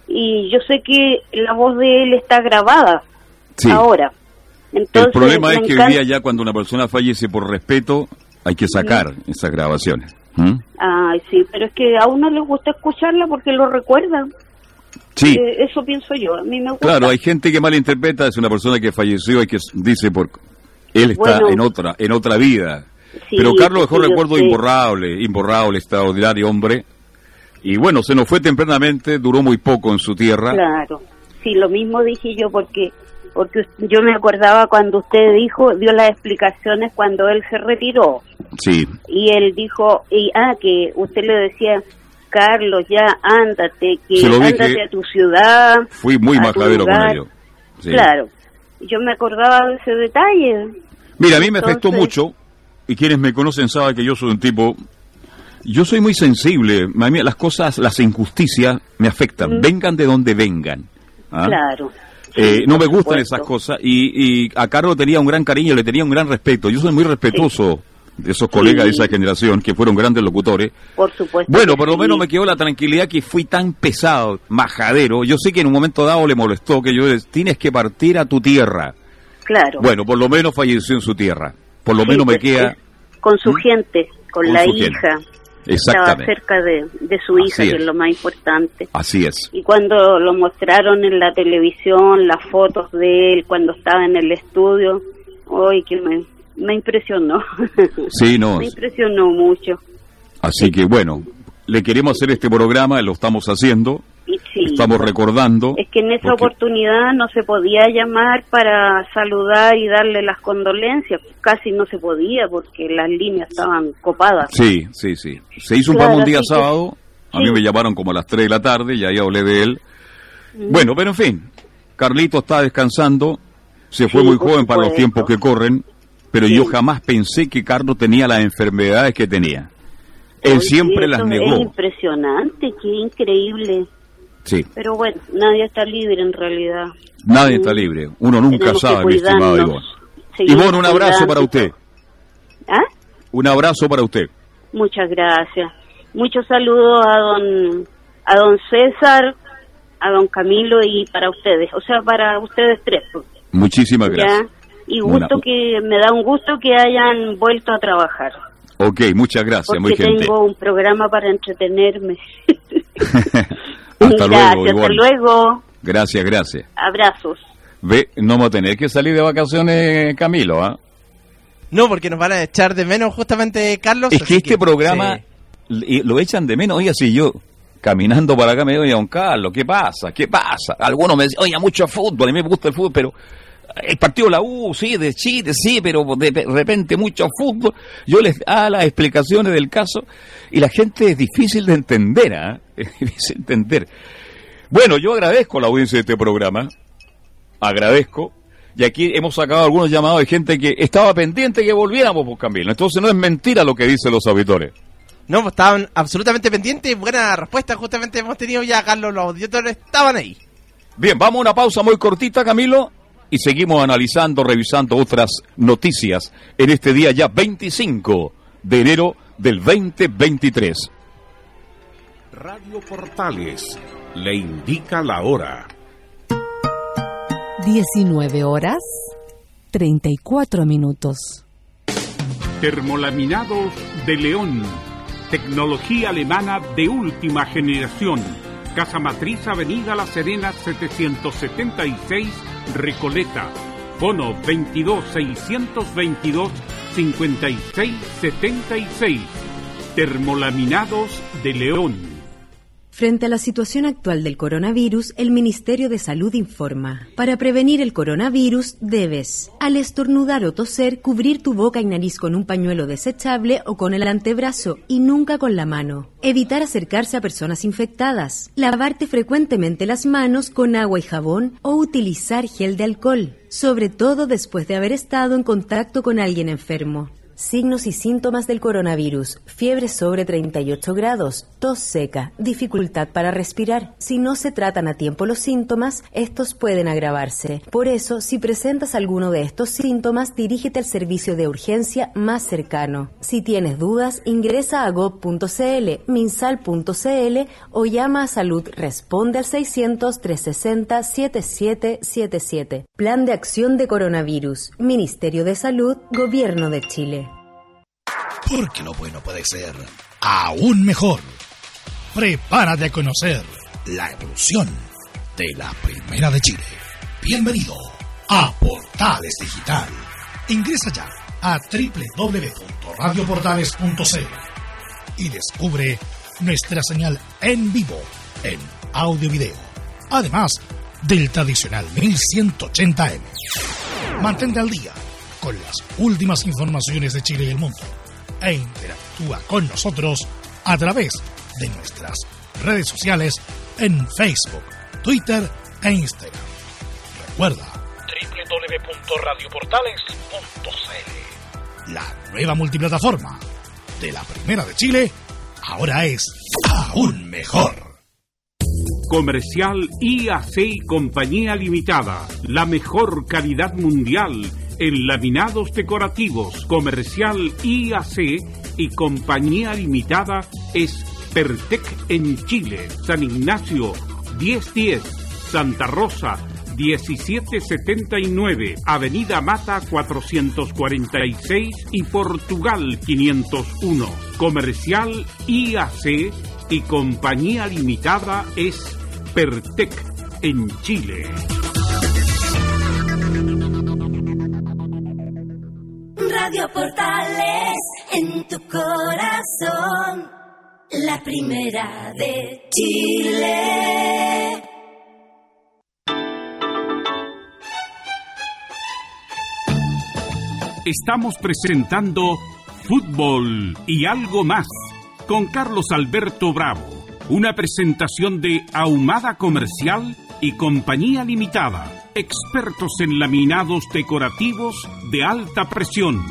y yo sé que la voz de él está grabada Sí. ahora. Entonces, El problema me es que hoy encanta- día ya cuando una persona fallece por respeto, hay que sacar esas grabaciones. ¿Mm? Ay, sí, pero es que a uno le gusta escucharla porque lo recuerdan. Sí, Eh, eso pienso yo, a mí me gusta. claro, hay gente que malinterpreta, es una persona que falleció y que dice por él está Bueno. en otra en otra vida. Sí, Pero Carlos dejó sí, yo recuerdo sé. imborrable, imborrable, extraordinario hombre. Y bueno, se nos fue tempranamente, duró muy poco en su tierra. Claro, sí, lo mismo dije yo porque porque yo me acordaba cuando usted dijo, dio las explicaciones cuando él se retiró Sí, y él dijo, y ah, que usted le decía, Carlos, ya ándate, que Se lo dije. ándate a tu ciudad. fui muy a tu majadero con lugar. ello. Sí. Claro, yo me acordaba de ese detalle. Mira, a mí me afectó Entonces- mucho, y quienes me conocen saben que yo soy un tipo, yo soy muy sensible, a mí las cosas, las injusticias me afectan, Mm. vengan de donde vengan. ¿Ah? Claro. Eh, Sí, no me por gustan supuesto. esas cosas, y, y a Carlos tenía un gran cariño, le tenía un gran respeto, yo soy muy respetuoso de esos colegas de esa generación que fueron grandes locutores. Por supuesto. Bueno, que por lo sí. menos me quedó la tranquilidad que fui tan pesado, majadero. Yo sé que en un momento dado le molestó que yo des- tienes que partir a tu tierra. Claro. Bueno, por lo menos falleció en su tierra. Por lo Sí, menos me pues, queda... eh, con su gente, con, Con la su hija. gente. Estaba Exactamente. cerca de, de su hija, Así que es. es lo más importante. Así es. Y cuando lo mostraron en la televisión, las fotos de él cuando estaba en el estudio, ¡ay, que me, me impresionó! Sí, no. Me impresionó mucho. Así que bueno, le queremos hacer este programa, lo estamos haciendo, Y sí, estamos recordando. es que en esa porque- oportunidad no se podía llamar para saludar y darle las condolencias, casi no se podía porque las líneas estaban copadas. Sí, sí, sí. Se hizo un Claro, programa un día así que- sábado, a mí sí. me llamaron como a las tres de la tarde, y ahí hablé de él. Bueno, pero en fin, Carlito está descansando, se fue Sí, muy por joven para los supuesto. tiempos que corren, pero Sí. yo jamás pensé que Carlos tenía las enfermedades que tenía. Él Ay, siempre sí, las eso negó. Es impresionante, qué increíble. Sí, Pero bueno, nadie está libre en realidad. nadie Mm. está libre. Uno nunca Tenemos que sabe, mi estimado cuidarnos, Ivonne. seguir Ivonne, un abrazo cuidando. para usted. ¿Ah? Un abrazo para usted. Muchas gracias. Muchos saludos a don a don César, a don Camilo y para ustedes, o sea, para ustedes tres. Pues. Muchísimas gracias. ¿Ya? Y gusto Una- que me da un gusto que hayan vuelto a trabajar. Ok, muchas gracias, muy Porque gentil. tengo un programa para entretenerme. Hasta luego, Gracias, hasta Ivonne. luego. Gracias, gracias. Abrazos. Ve, no vamos a tener que salir de vacaciones, Camilo, ¿ah? No, porque nos van a echar de menos justamente, Carlos. Es así que este programa sí. l- lo echan de menos. Oiga, si yo caminando para acá me digo, oye, don Carlos, ¿qué pasa? ¿Qué pasa? Algunos me dicen, oye, mucho fútbol, a mí me gusta el fútbol, pero el partido de la U, sí, de Chile, sí, pero de de repente mucho fútbol. Yo les hago las explicaciones del caso y la gente es difícil de entender, ¿ah? Es difícil de entender. Bueno, yo agradezco la audiencia de este programa, agradezco. Y aquí hemos sacado algunos llamados de gente que estaba pendiente que volviéramos por Camilo. Entonces no es mentira lo que dicen los auditores. No, pues estaban absolutamente pendientes. Buena respuesta, justamente hemos tenido ya, Carlos. Los auditores estaban ahí. Bien, vamos a una pausa muy cortita, Camilo, y seguimos analizando, revisando otras noticias en este día ya veinticinco de enero del veinte veintitrés. Radio Portales le indica la hora. diecinueve horas, treinta y cuatro minutos. Termolaminados de León. Tecnología alemana de última generación. Casa Matriz, Avenida La Serena, setecientos setenta y seis, Recoleta. Fono veintidós seiscientos veintidós cincuenta y seis setenta y seis. Termolaminados de León. Frente a la situación actual del coronavirus, el Ministerio de Salud informa: para prevenir el coronavirus debes, al estornudar o toser, cubrir tu boca y nariz con un pañuelo desechable o con el antebrazo y nunca con la mano. Evitar acercarse a personas infectadas. Lavarte frecuentemente las manos con agua y jabón o utilizar gel de alcohol, sobre todo después de haber estado en contacto con alguien enfermo. Signos y síntomas del coronavirus: fiebre sobre treinta y ocho grados, tos seca, dificultad para respirar. Si no se tratan a tiempo los síntomas, estos pueden agravarse. Por eso, si presentas alguno de estos síntomas, dirígete al servicio de urgencia más cercano. Si tienes dudas, ingresa a gob punto cl, minsal punto cl o llama a Salud Responde al seiscientos, trescientos sesenta, setenta y siete setenta y siete. Plan de Acción de Coronavirus, Ministerio de Salud, Gobierno de Chile. Porque lo bueno puede ser aún mejor. Prepárate a conocer la evolución de la Primera de Chile. Bienvenido a Portales Digital. Ingresa ya a doble u doble u doble u punto radio portales punto c l y descubre nuestra señal en vivo en audio y video, además del tradicional mil ciento ochenta eme. Mantente al día con las últimas informaciones de Chile y el mundo e interactúa con nosotros a través de nuestras redes sociales en Facebook, Twitter e Instagram. Recuerda doble u doble u doble u punto radio portales punto c l. La nueva multiplataforma de la Primera de Chile ahora es aún mejor. Comercial I A C y Compañía Limitada. La mejor calidad mundial en laminados decorativos. Comercial I A C y Compañía Limitada es Pertec en Chile. San Ignacio diez diez. Santa Rosa diecisiete setenta y nueve. Avenida Mata cuatrocientos cuarenta y seis y Portugal quinientos uno. Comercial I A C y Compañía Limitada es Pertec en Chile. Radio Portales en tu corazón, la Primera de Chile. Estamos presentando Fútbol y algo más con Carlos Alberto Bravo. Una presentación de Ahumada Comercial y Compañía Limitada, expertos en laminados decorativos de alta presión.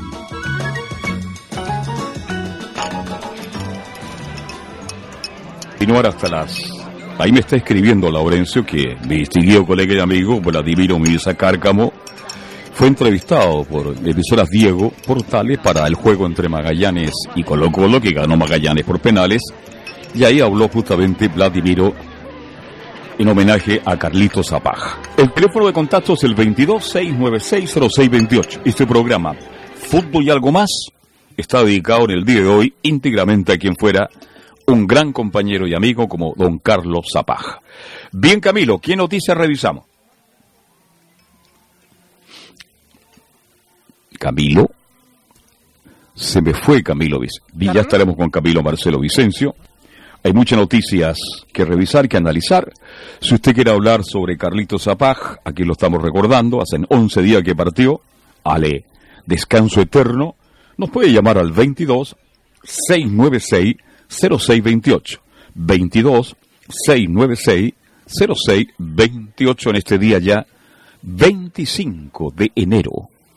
Continuar hasta las... Ahí me está escribiendo Laurencio que mi distinguido colega y amigo Vladimiro Misa Cárcamo fue entrevistado por emisoras Diego Portales para el juego entre Magallanes y Colo Colo, que ganó Magallanes por penales, y ahí habló justamente Vladimiro en homenaje a Carlitos Zapag. El teléfono de contacto es el veintidós, seiscientos noventa y seis, cero seis veintiocho. Este programa, Fútbol y Algo Más, está dedicado en el día de hoy íntegramente a quien fuera un gran compañero y amigo como don Carlos Zapag. Bien, Camilo, ¿qué noticias revisamos? Camilo, se me fue Camilo, ya estaremos con Camilo Marcelo Vicencio. Hay muchas noticias que revisar, que analizar. Si usted quiere hablar sobre Carlitos Zapag, aquí lo estamos recordando, hace once días que partió, ale descanso eterno, nos puede llamar al veintidós, seiscientos noventa y seis, cero seis veintiocho. veintidós, seiscientos noventa y seis, cero seis veintiocho en este día ya, veinticinco de enero.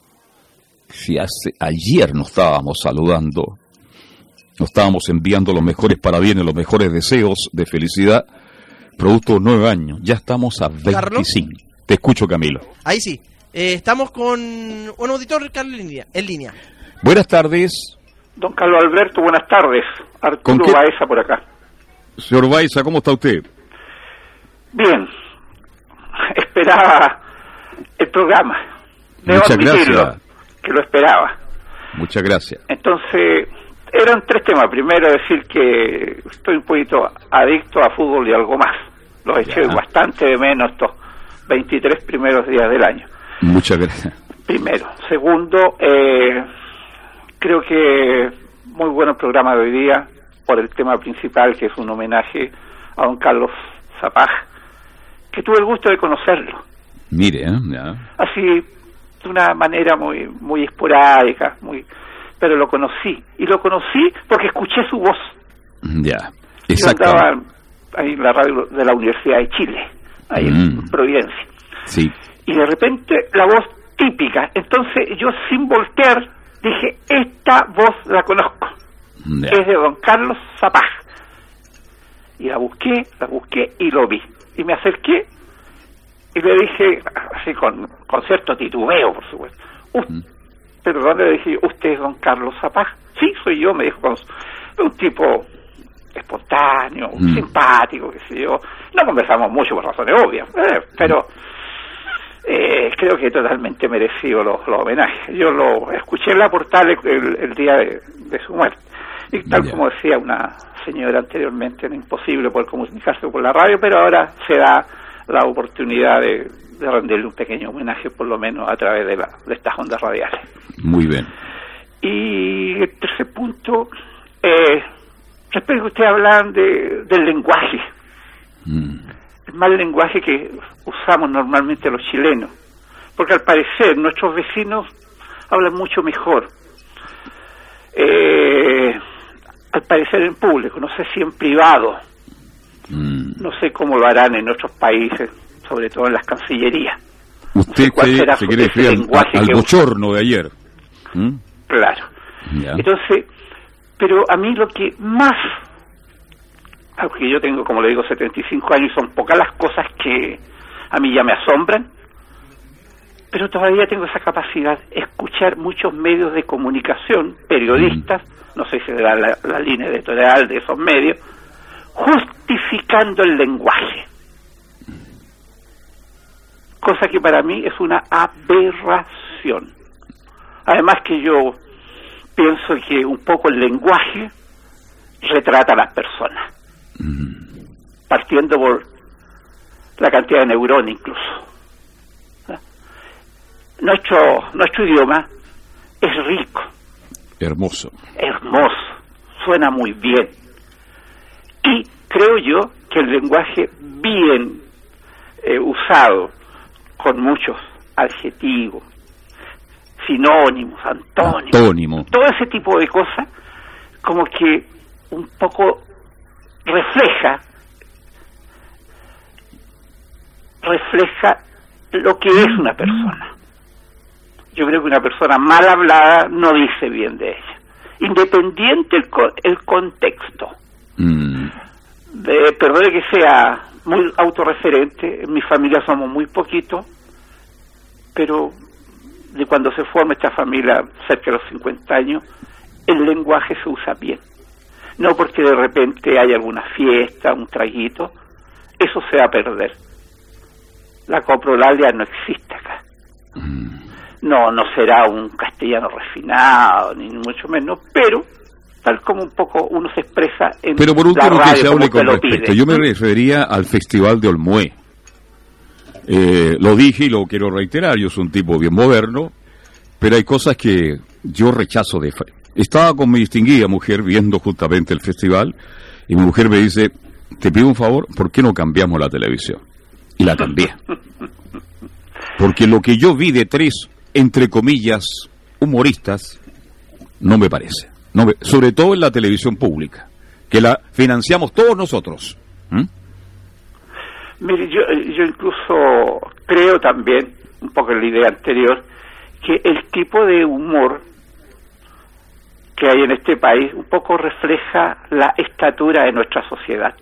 Si hace ayer nos estábamos saludando, nos estábamos enviando los mejores parabienes, los mejores deseos de felicidad, producto de nueve años, ya estamos a veinticinco. ¿Carlos? Te escucho, Camilo. Ahí sí, eh, estamos con un auditor, Carlos, en línea, en línea. Buenas tardes. Don Carlos Alberto, buenas tardes. Arturo Baeza por acá. Señor Baeza, ¿cómo está usted? Bien, esperaba el programa. Debo Muchas gracias. Que lo esperaba. Muchas gracias. Entonces, eran tres temas. Primero, decir que estoy un poquito adicto a fútbol y algo más. Los eché ya. bastante de menos estos veintitrés primeros días del año. Muchas gracias. Primero. Segundo, eh, creo que muy bueno el programa de hoy día por el tema principal, que es un homenaje a don Carlos Zapag, que tuve el gusto de conocerlo. Mire, ¿eh? Ya. Así, de una manera muy muy esporádica, muy, pero lo conocí. Y lo conocí porque escuché su voz. Ya, exacto. Yo andaba ahí en la radio de la Universidad de Chile, ahí mm. en Providencia. Sí. Y de repente la voz típica. Entonces yo, sin voltear, dije, esta voz la conozco. Ya. Es de don Carlos Zapag. Y la busqué, la busqué y lo vi. Y me acerqué y le dije, así con, con cierto titubeo, por supuesto, mm. perdón, le dije, ¿usted es don Carlos Zapag? Sí, soy yo, me dijo, un tipo espontáneo, mm. simpático, qué sé yo. No conversamos mucho por razones obvias, eh, pero eh, creo que totalmente merecido los, los homenajes. Yo lo escuché en la portal el, el día de, de su muerte. Y tal yeah. como decía una señora anteriormente, era imposible poder comunicarse por la radio, pero ahora se da la oportunidad de, de rendirle un pequeño homenaje, por lo menos a través de, la, de estas ondas radiales. Muy bien. Y el tercer punto, eh, respecto a que ustedes hablan de, del lenguaje, mm. el mal lenguaje que usamos normalmente los chilenos, porque al parecer nuestros vecinos hablan mucho mejor, eh, al parecer en público, no sé si en privado. No sé cómo lo harán en otros países, sobre todo en las cancillerías. ¿Usted no sé se, se quiere referir al, al bochorno de ayer? ¿Mm? Claro. Ya. Entonces, pero a mí lo que más, aunque yo tengo, como le digo, setenta y cinco años, y son pocas las cosas que a mí ya me asombran, pero todavía tengo esa capacidad de escuchar muchos medios de comunicación, periodistas, mm. no sé si será la, la línea editorial de esos medios, justificando el lenguaje, cosa que para mí es una aberración. Además que yo pienso que un poco el lenguaje retrata a las personas, mm. partiendo por la cantidad de neuronas incluso. Nuestro, nuestro idioma es rico, hermoso, hermoso, suena muy bien. Y creo yo que el lenguaje bien eh, usado, con muchos adjetivos, sinónimos, antónimos, Antónimo. todo ese tipo de cosas, como que un poco refleja refleja lo que es una persona. Yo creo que una persona mal hablada no dice bien de ella, independiente el, co el contexto. Mm. De, perdone que sea muy autorreferente, en mi familia somos muy poquitos, pero de cuando se forma esta familia cerca de los cincuenta años, el lenguaje se usa bien. No porque de repente hay alguna fiesta, un traguito, eso se va a perder. La coprolalia no existe acá. Mm. No, no será un castellano refinado, ni mucho menos, pero tal como un poco uno se expresa en pero por último, la radio, que se hable con respecto. pide. Yo me refería al Festival de Olmué. Eh, lo dije y lo quiero reiterar, yo soy un tipo bien moderno, pero hay cosas que yo rechazo de fe. Estaba con mi distinguida mujer viendo justamente el festival, y mi mujer me dice, te pido un favor, ¿por qué no cambiamos la televisión? Y la cambié. Porque lo que yo vi de tres, entre comillas, humoristas, no me parece. No me, sobre todo en la televisión pública, que la financiamos todos nosotros. ¿Mm? Mire, yo, yo incluso creo también, un poco en la idea anterior, que el tipo de humor que hay en este país un poco refleja la estatura de nuestra sociedad.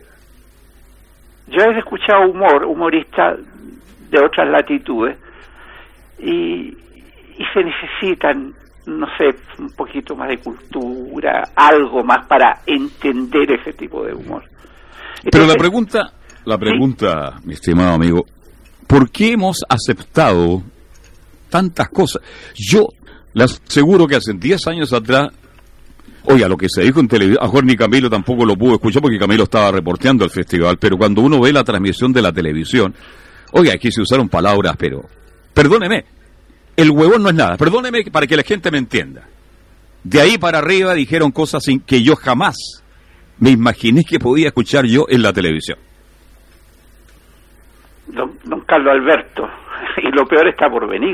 Yo he escuchado humor, humoristas de otras latitudes, y, y se necesitan, no sé, un poquito más de cultura, algo más para entender ese tipo de humor. Entonces, pero la pregunta, la pregunta, ¿sí? Mi estimado amigo, ¿por qué hemos aceptado tantas cosas? Yo le aseguro que hace diez años atrás, oiga, lo que se dijo en televisión, a Jorge ni Camilo tampoco lo pudo escuchar porque Camilo estaba reporteando el festival, pero cuando uno ve la transmisión de la televisión, oiga, aquí se usaron palabras, pero, perdóneme, el huevón no es nada, perdóneme para que la gente me entienda. De ahí para arriba dijeron cosas sin que yo jamás me imaginé que podía escuchar yo en la televisión. Don, don Carlos Alberto, y lo peor está por venir.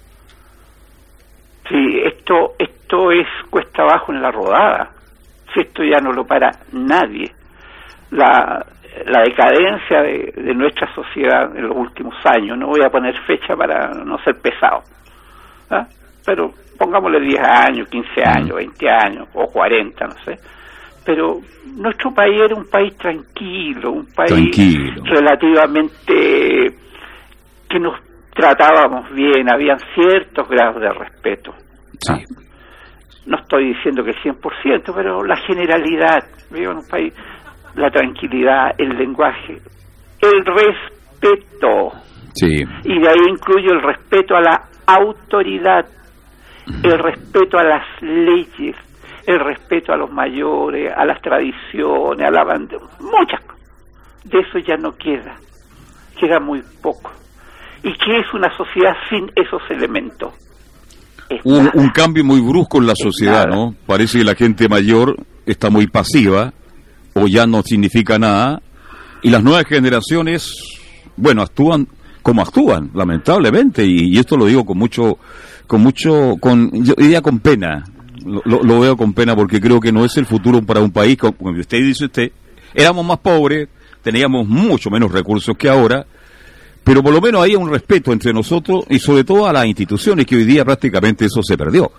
Sí, esto, esto es cuesta abajo en la rodada. Si esto ya no lo para nadie. La, la decadencia de, de nuestra sociedad en los últimos años, no voy a poner fecha para no ser pesado, ¿ah? Pero pongámosle diez años, quince años, veinte años, o cuarenta, no sé. Pero nuestro país era un país tranquilo, un país tranquilo, relativamente que nos tratábamos bien, habían ciertos grados de respeto. Sí. No estoy diciendo que el cien por ciento, pero la generalidad, vivo en un país, la tranquilidad, el lenguaje, el respeto. Sí. Y de ahí incluyo el respeto a la autoridad, el respeto a las leyes, el respeto a los mayores, a las tradiciones, a la bandera, muchas cosas. De eso ya no queda, queda muy poco. ¿Y qué es una sociedad sin esos elementos? Un, un cambio muy brusco en la sociedad, ¿no? Parece que la gente mayor está muy pasiva, o ya no significa nada, y las nuevas generaciones, bueno, actúan como actúan, lamentablemente, y, y esto lo digo con mucho, con mucho, con, yo diría con pena, lo, lo, lo veo con pena porque creo que no es el futuro para un país, como usted dice usted, éramos más pobres, teníamos mucho menos recursos que ahora, pero por lo menos había un respeto entre nosotros y sobre todo a las instituciones, que hoy día prácticamente eso se perdió.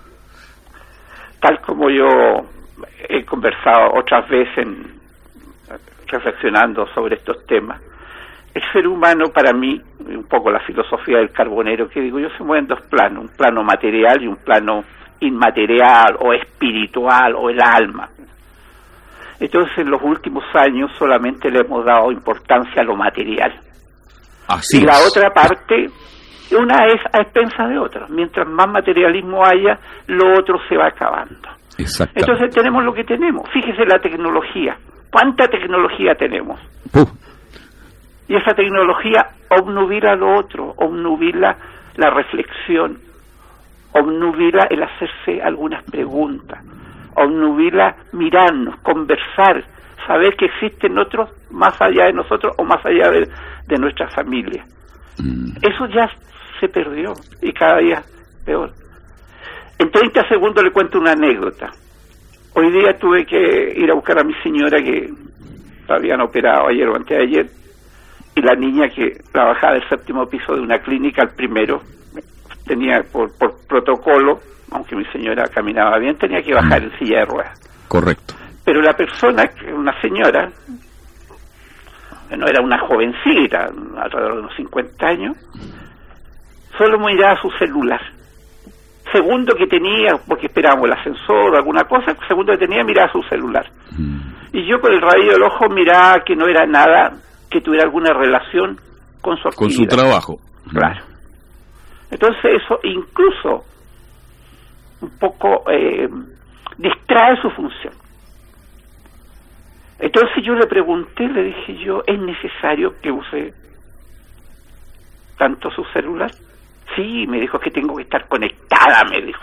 Tal como yo he conversado otras veces en, reflexionando sobre estos temas, el ser humano para mí, un poco la filosofía del carbonero, que digo yo, se mueve en dos planos, un plano material y un plano inmaterial o espiritual o el alma. Entonces en los últimos años solamente le hemos dado importancia a lo material. Así y la es. Otra parte, una es a expensas de otra. Mientras más materialismo haya, lo otro se va acabando. Entonces tenemos lo que tenemos. Fíjese la tecnología. ¿Cuánta tecnología tenemos? Uh. Y esa tecnología obnubila lo otro, obnubila la reflexión, obnubila el hacerse algunas preguntas, obnubila mirarnos, conversar, saber que existen otros más allá de nosotros o más allá de, de nuestra familia. Mm. Eso ya se perdió y cada día peor. En treinta segundos le cuento una anécdota. Hoy día tuve que ir a buscar a mi señora que la habían operado ayer o antes de ayer y la niña que trabajaba del séptimo piso de una clínica al primero, tenía por, por protocolo, aunque mi señora caminaba bien, tenía que bajar en silla de ruedas. Correcto. Pero la persona, una señora, no era una jovencita, alrededor de unos cincuenta años, solo miraba su celular. Segundo que tenía, porque esperábamos el ascensor o alguna cosa, segundo que tenía, miraba su celular. Mm. Y yo con el rabillo del ojo miraba que no era nada que tuviera alguna relación con su actividad. Con su trabajo. Claro. Entonces eso incluso un poco eh, distrae su función. Entonces yo le pregunté, le dije yo, ¿es necesario que use tanto su celular? Sí, me dijo que tengo que estar conectada, me dijo.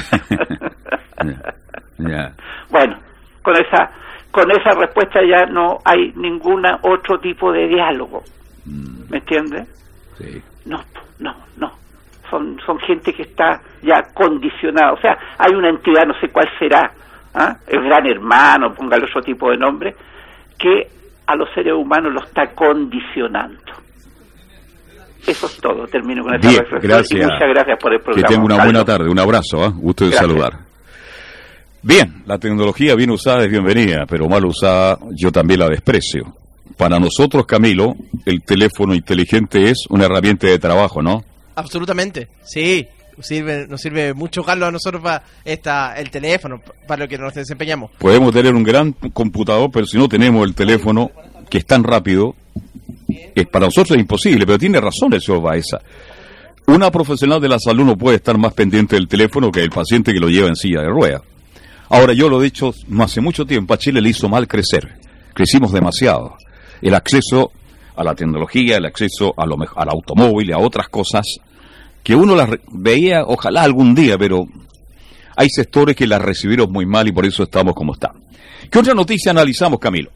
yeah. Yeah. Bueno, con esa con esa respuesta ya no hay ningún otro tipo de diálogo. Mm. ¿Me entiendes? Sí. No, no, no. Son son gente que está ya condicionada. O sea, hay una entidad, no sé cuál será, ¿ah? El Gran Hermano, póngale otro tipo de nombre, que a los seres humanos lo está condicionando. Eso es todo. Termino con esta Bien, reflexión. Gracias. Y muchas gracias por el programa. Que tenga una Carlos. buena tarde. Un abrazo. ¿eh? Gusto de Gracias. saludar. Bien, la tecnología bien usada es bienvenida, pero mal usada yo también la desprecio. Para nosotros, Camilo, el teléfono inteligente es una herramienta de trabajo, ¿no? Absolutamente, sí. Sirve, nos sirve mucho, Carlos, a nosotros para esta, el teléfono, para lo que nos desempeñamos. Podemos tener un gran computador, pero si no tenemos el teléfono, que es tan rápido, es para nosotros es imposible, pero tiene razón el señor Baeza. Una profesional de la salud no puede estar más pendiente del teléfono que el paciente que lo lleva en silla de ruedas. Ahora, yo lo he dicho no hace mucho tiempo, a Chile le hizo mal crecer. Crecimos demasiado. El acceso a la tecnología, el acceso a lo mejor, al automóvil y a otras cosas, que uno las veía, ojalá algún día, pero hay sectores que las recibieron muy mal y por eso estamos como estamos. ¿Qué otra noticia analizamos, Camilo?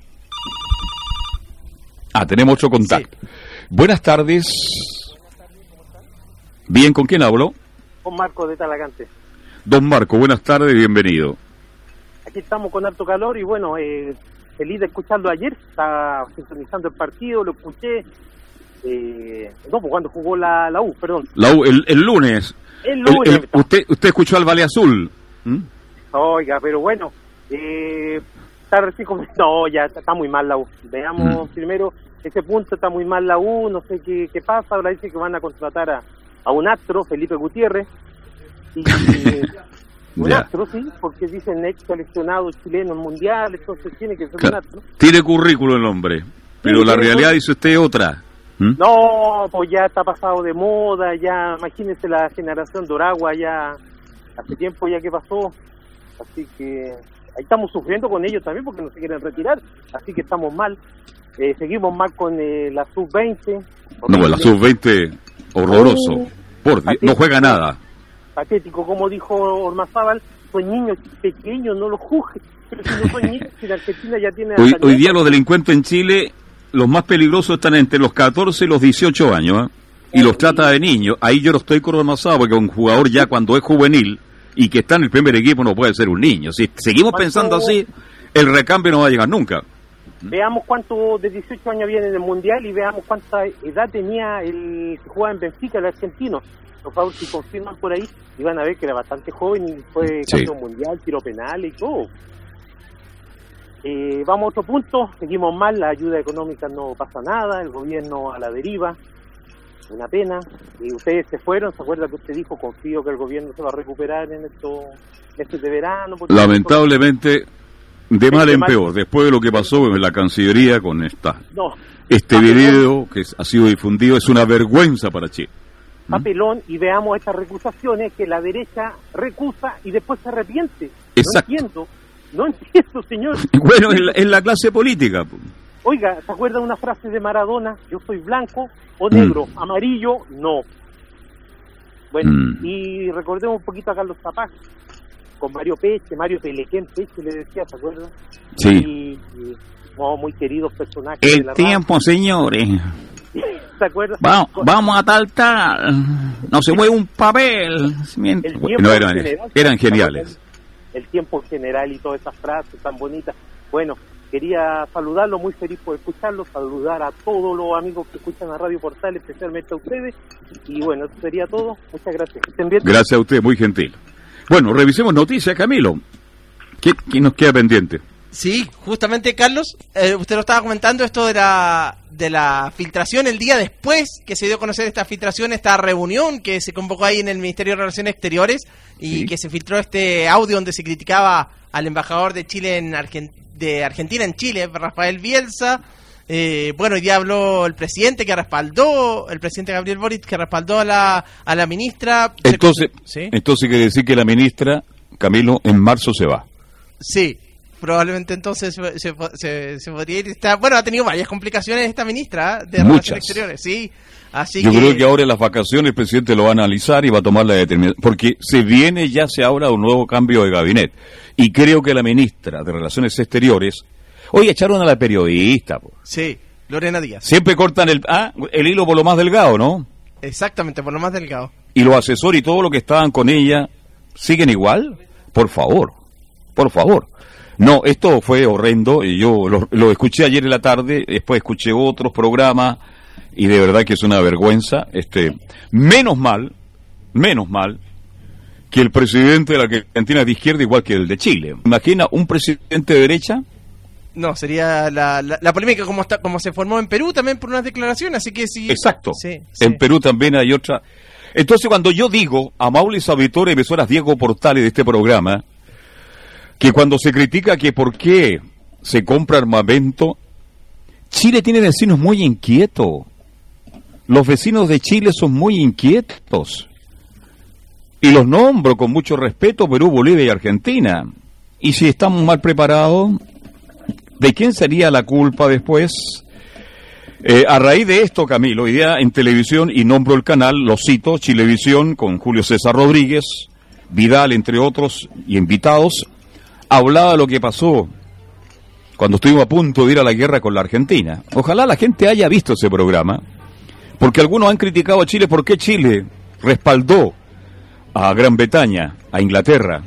Ah, tenemos otro contacto. Sí. Buenas tardes. Bien, ¿con quién hablo? Con Marco de Talagante. Don Marco, buenas tardes, bienvenido. Aquí estamos con harto calor y bueno, eh, feliz de escucharlo ayer. Estaba sintonizando el partido, lo escuché. Eh, no, pues cuando jugó la, la U, perdón. La U, el, el lunes. El lunes. El, el, usted, usted escuchó al Valle Azul. ¿Mm? Oiga, pero bueno, eh, está recién como... No, ya está, está muy mal la U. Veamos mm. primero, ese punto está muy mal la U, no sé qué, qué pasa. Ahora dice que van a contratar a, a un astro, Felipe Gutiérrez. Y, un astro, sí, porque dicen ex seleccionado chileno en mundial, entonces tiene que ser claro. Un astro. Tiene currículo el hombre, pero sí, la realidad dice usted otra. ¿Mm? No, pues ya está pasado de moda, ya, imagínese la generación de Oragua, ya hace tiempo ya que pasó, así que ahí estamos sufriendo con ellos también porque no se quieren retirar, así que estamos mal. Eh, seguimos mal con eh, la sub veinte. No, pues la sub veinte, horroroso, uh, por Dios, no juega nada. Patético, como dijo Ormazábal, son niños pequeños, no los juzgues, pero si no son niños, si la Argentina ya tiene... Hoy, hoy día los delincuentes en Chile, los más peligrosos están entre los catorce y los dieciocho años, ¿eh? Y los trata de niños. Ahí yo no estoy con Ormazábal, porque un jugador ya cuando es juvenil y que está en el primer equipo no puede ser un niño. Si seguimos pensando así, el recambio no va a llegar nunca. Veamos cuántos de dieciocho años viene en el Mundial y veamos cuánta edad tenía el que jugaba en Benfica, el argentino. Por favor, si confirman por ahí, iban a ver que era bastante joven y fue sí. campeón mundial, tiro penal y todo. Eh, vamos a otro punto, seguimos mal, la ayuda económica no pasa nada, el gobierno a la deriva, una pena. Y ustedes se fueron, ¿se acuerda que usted dijo? Confío que el gobierno se va a recuperar en estos meses de verano. Lamentablemente, de mal en peor, después de lo que pasó en la Cancillería con esta, no, este papelón, video que ha sido difundido, es una vergüenza para Chile. Papelón, y veamos estas recusaciones que la derecha recusa y después se arrepiente. Exacto. No entiendo, no entiendo, señor. Bueno, en la, en la clase política. Oiga, ¿se acuerda de una frase de Maradona? Yo soy blanco o negro, mm. amarillo, no. Bueno, mm. y recordemos un poquito a Carlos Zapag, con Mario Peche, Mario Pelequén Peche le decía, ¿se acuerdan? Sí. Y, y no, muy queridos personajes. El de la tiempo, radio. Señores. ¿Se acuerdan? Vamos, vamos a tal tal, no se mueve un papel. No, eran, general, eran geniales. El tiempo en general y todas esas frases tan bonitas. Bueno, quería saludarlo, muy feliz por escucharlo, saludar a todos los amigos que escuchan a Radio Portal, especialmente a ustedes, y bueno, eso sería todo. Muchas gracias. ¿Estén bien? Gracias a usted, muy gentil. Bueno, revisemos noticias, Camilo. ¿Qué, qué nos queda pendiente? Sí, justamente, Carlos, eh, usted lo estaba comentando, esto de la de la filtración el día después que se dio a conocer esta filtración, esta reunión que se convocó ahí en el Ministerio de Relaciones Exteriores y sí. que se filtró este audio donde se criticaba al embajador de Chile en Argen- de Argentina en Chile, Rafael Bielsa. Eh, bueno, hoy día habló el presidente que respaldó, el presidente Gabriel Boric que respaldó a la a la ministra. Entonces, ¿Sí? entonces quiere decir que la ministra, Camilo, en marzo se va. Sí, probablemente entonces se, se, se, se podría ir. Está, bueno, ha tenido varias complicaciones esta ministra de Muchas. Relaciones Exteriores, sí. Así Yo que... creo que ahora en las vacaciones el presidente lo va a analizar y va a tomar la determinación, porque se viene, ya se habla de un nuevo cambio de gabinete. Y creo que la ministra de Relaciones Exteriores, oye, echaron a la periodista. Po. Sí, Lorena Díaz. Siempre cortan el, ah, el hilo por lo más delgado, ¿no? Exactamente, por lo más delgado. Y los asesores y todo lo que estaban con ella, ¿siguen igual? Por favor, por favor. No, esto fue horrendo, y yo lo, lo escuché ayer en la tarde, después escuché otros programas, y de verdad que es una vergüenza. Este, menos mal, menos mal, que el presidente de la Argentina es de izquierda igual que el de Chile. ¿Imagina un presidente de derecha? No, sería la, la, la polémica como está, como se formó en Perú también por unas declaraciones, así que sí. Exacto. Sí, sí. En Perú también hay otra. Entonces, cuando yo digo a Maulis Auditores y emisoras Diego Portales de este programa, que cuando se critica que por qué se compra armamento, Chile tiene vecinos muy inquietos. Los vecinos de Chile son muy inquietos. Y los nombro con mucho respeto: Perú, Bolivia y Argentina. Y si estamos mal preparados, ¿de quién sería la culpa después? Eh, a raíz de esto, Camilo, hoy día en televisión, y nombro el canal, lo cito, Chilevisión, con Julio César Rodríguez, Vidal, entre otros, y invitados, hablaba de lo que pasó cuando estuvimos a punto de ir a la guerra con la Argentina. Ojalá la gente haya visto ese programa, porque algunos han criticado a Chile. ¿Por qué Chile respaldó a Gran Bretaña, a Inglaterra?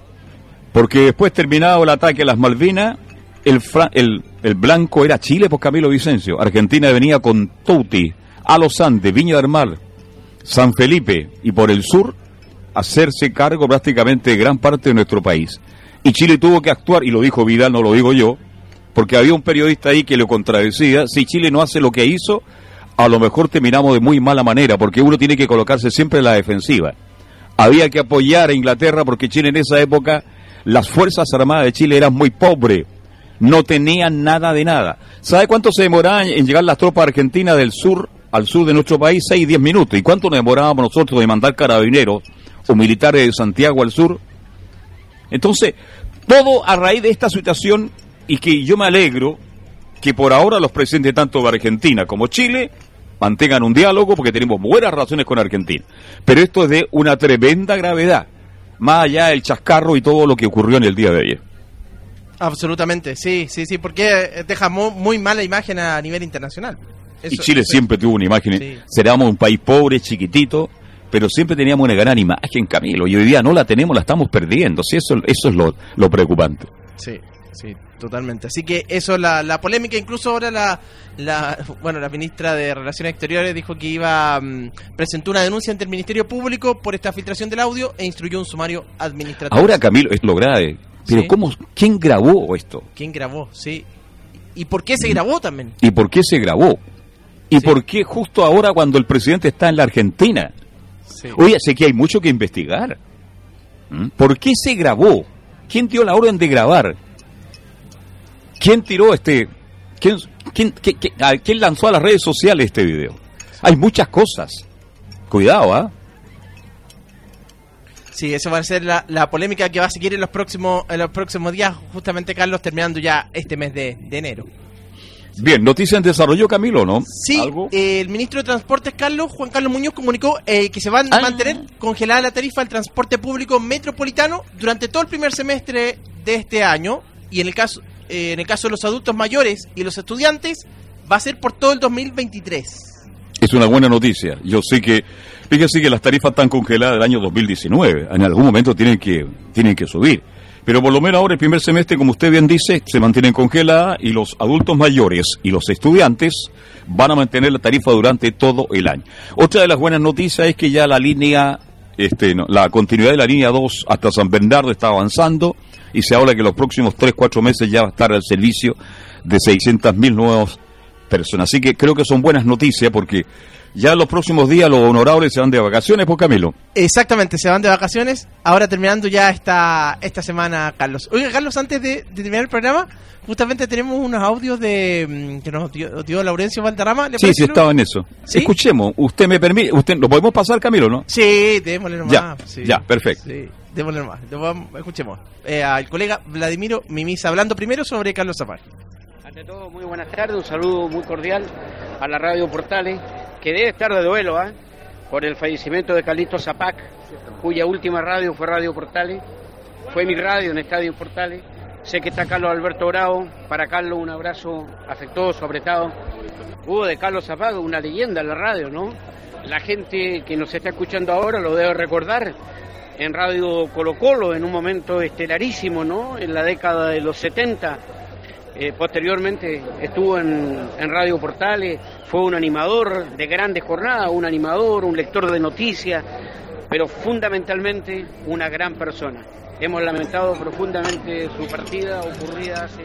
Porque después, terminado el ataque a las Malvinas, el, fra- el, el blanco era Chile, por Camilo Vicencio. Argentina venía con Touti, a los Andes, Viña del Mar, San Felipe, y por el sur, hacerse cargo prácticamente de gran parte de nuestro país. Y Chile tuvo que actuar, y lo dijo Vidal, no lo digo yo, porque había un periodista ahí que lo contradecía. Si Chile no hace lo que hizo, a lo mejor terminamos de muy mala manera, porque uno tiene que colocarse siempre en la defensiva. Había que apoyar a Inglaterra, porque Chile en esa época, las Fuerzas Armadas de Chile eran muy pobres, no tenían nada de nada. ¿Sabe cuánto se demoraban en llegar las tropas argentinas del sur al sur de nuestro país? seis, diez minutos. ¿Y cuánto nos demorábamos nosotros de mandar carabineros o militares de Santiago al sur? Entonces, todo a raíz de esta situación, y que yo me alegro que por ahora los presidentes tanto de Argentina como Chile mantengan un diálogo, porque tenemos buenas relaciones con Argentina. Pero esto es de una tremenda gravedad, más allá del chascarro y todo lo que ocurrió en el día de ayer. Absolutamente, sí, sí, sí, porque deja muy, muy mala imagen a nivel internacional. Eso, y Chile eso, siempre tuvo una imagen, sí. Seríamos un país pobre, chiquitito, pero siempre teníamos una gran imagen, Camilo, y hoy día no la tenemos, la estamos perdiendo. Sí, eso, eso es lo, lo preocupante. Sí, sí, totalmente. Así que eso es la, la polémica. Incluso ahora la, la bueno la ministra de Relaciones Exteriores dijo que iba um, presentó una denuncia ante el Ministerio Público por esta filtración del audio e instruyó un sumario administrativo. Ahora, Camilo, es lo grave. Pero sí. ¿cómo? ¿Quién grabó esto? ¿Quién grabó? Sí. ¿Y por qué se grabó también? ¿Y por qué se grabó? ¿Y sí. por qué justo ahora cuando el presidente está en la Argentina? Sí. Oye, sé que hay mucho que investigar. ¿Mm? ¿Por qué se grabó? ¿Quién dio la orden de grabar? ¿Quién tiró este... ¿Quién, quién, quién, quién, a, ¿quién lanzó a las redes sociales este video? Sí. Hay muchas cosas. Cuidado, ¿ah? ¿eh? Sí, eso va a ser la, la polémica que va a seguir en los próximos en los próximos días, justamente, Carlos, terminando ya este mes de, de enero. Bien, noticia en desarrollo, Camilo, ¿no? Sí, eh, el ministro de Transportes, Carlos, Juan Carlos Muñoz, comunicó eh, que se va a ah. mantener congelada la tarifa del transporte público metropolitano durante todo el primer semestre de este año, y en el caso eh, en el caso de los adultos mayores y los estudiantes va a ser por todo el dos mil veintitrés. Es una buena noticia. Yo sé que, fíjese que las tarifas están congeladas del año dos mil diecinueve. En algún momento tienen que tienen que subir. Pero por lo menos ahora el primer semestre, como usted bien dice, se mantienen congeladas y los adultos mayores y los estudiantes van a mantener la tarifa durante todo el año. Otra de las buenas noticias es que ya la línea, este, no, la continuidad de la línea dos hasta San Bernardo está avanzando y se habla que los próximos tres, cuatro meses ya va a estar al servicio de seiscientas mil nuevas personas. Así que creo que son buenas noticias porque ya en los próximos días los honorables se van de vacaciones, pues Camilo. Exactamente, se van de vacaciones. Ahora terminando ya esta esta semana, Carlos. Oiga, Carlos, antes de, de terminar el programa, justamente tenemos unos audios de que nos dio, dio Laurencio Valderrama. Sí, sí, estaba en eso. ¿Sí? Escuchemos, usted me permite, usted ¿lo podemos pasar, Camilo, no? Sí, démosle nomás. Ya, sí. ya, perfecto. Sí, démosle nomás. Escuchemos eh, al colega Vladimiro Mimisa hablando primero sobre Carlos Zapag. Ante todo, muy buenas tardes, un saludo muy cordial a la Radio Portales, que debe estar de duelo ¿eh? por el fallecimiento de Carlitos Zapag, cuya última radio fue Radio Portales, fue mi radio en Estadio Portales. Sé que está Carlos Alberto Bravo, para Carlos un abrazo afectuoso, apretado. Hubo de Carlos Zapag una leyenda en la radio, ¿no? La gente que nos está escuchando ahora lo debe recordar en Radio Colo Colo, en un momento estelarísimo, ¿no? En la década de los setenta. Eh, posteriormente estuvo en, en Radio Portales, fue un animador de grandes jornadas, un animador, un lector de noticias, pero fundamentalmente una gran persona. Hemos lamentado profundamente su partida ocurrida hace...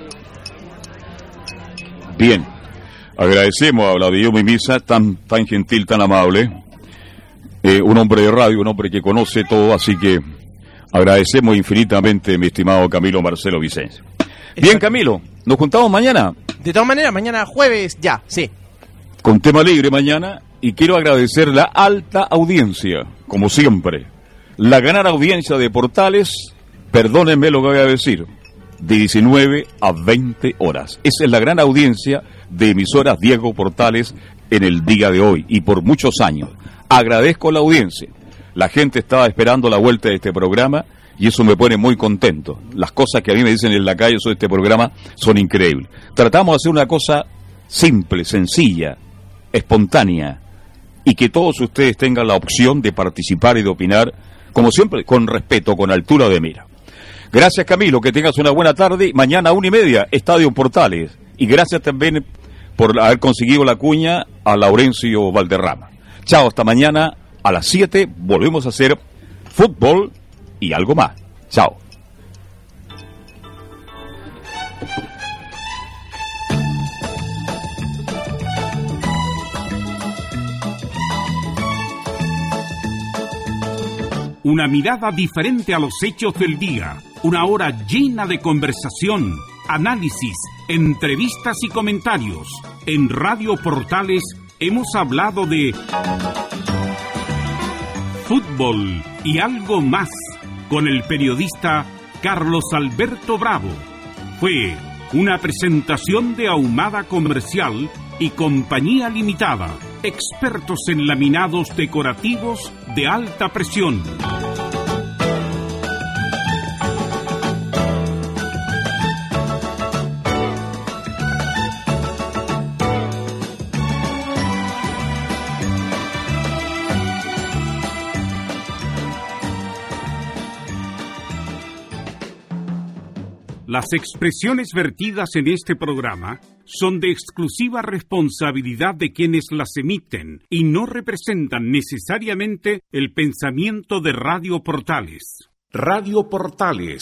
Bien, agradecemos a Vladimiro Mimisa, tan, tan gentil, tan amable, eh, un hombre de radio, un hombre que conoce todo, así que agradecemos infinitamente, mi estimado Camilo Marcelo Vicencio. Bien, Camilo, ¿nos juntamos mañana? De todas maneras, mañana jueves, ya, sí. Con tema libre mañana, y quiero agradecer la alta audiencia, como siempre. La gran audiencia de Portales, perdónenme lo que voy a decir, de diecinueve a veinte horas. Esa es la gran audiencia de emisoras Diego Portales en el día de hoy, y por muchos años. Agradezco la audiencia. La gente estaba esperando la vuelta de este programa, y eso me pone muy contento. Las cosas que a mí me dicen en la calle sobre este programa son increíbles. Tratamos de hacer una cosa simple, sencilla, espontánea, y que todos ustedes tengan la opción de participar y de opinar, como siempre, con respeto, con altura de mira. Gracias, Camilo, que tengas una buena tarde. Mañana a una y media, Estadio Portales. Y gracias también por haber conseguido la cuña a Laurencio Valderrama. Chao, hasta mañana a las siete. Volvemos a hacer fútbol y algo más. Chao. Una mirada diferente a los hechos del día. Una hora llena de conversación, análisis, entrevistas y comentarios. En Radio Portales hemos hablado de fútbol y algo más con el periodista Carlos Alberto Bravo. Fue una presentación de Ahumada Comercial y Compañía Limitada, expertos en laminados decorativos de alta presión. Las expresiones vertidas en este programa son de exclusiva responsabilidad de quienes las emiten y no representan necesariamente el pensamiento de Radio Portales. Radio Portales.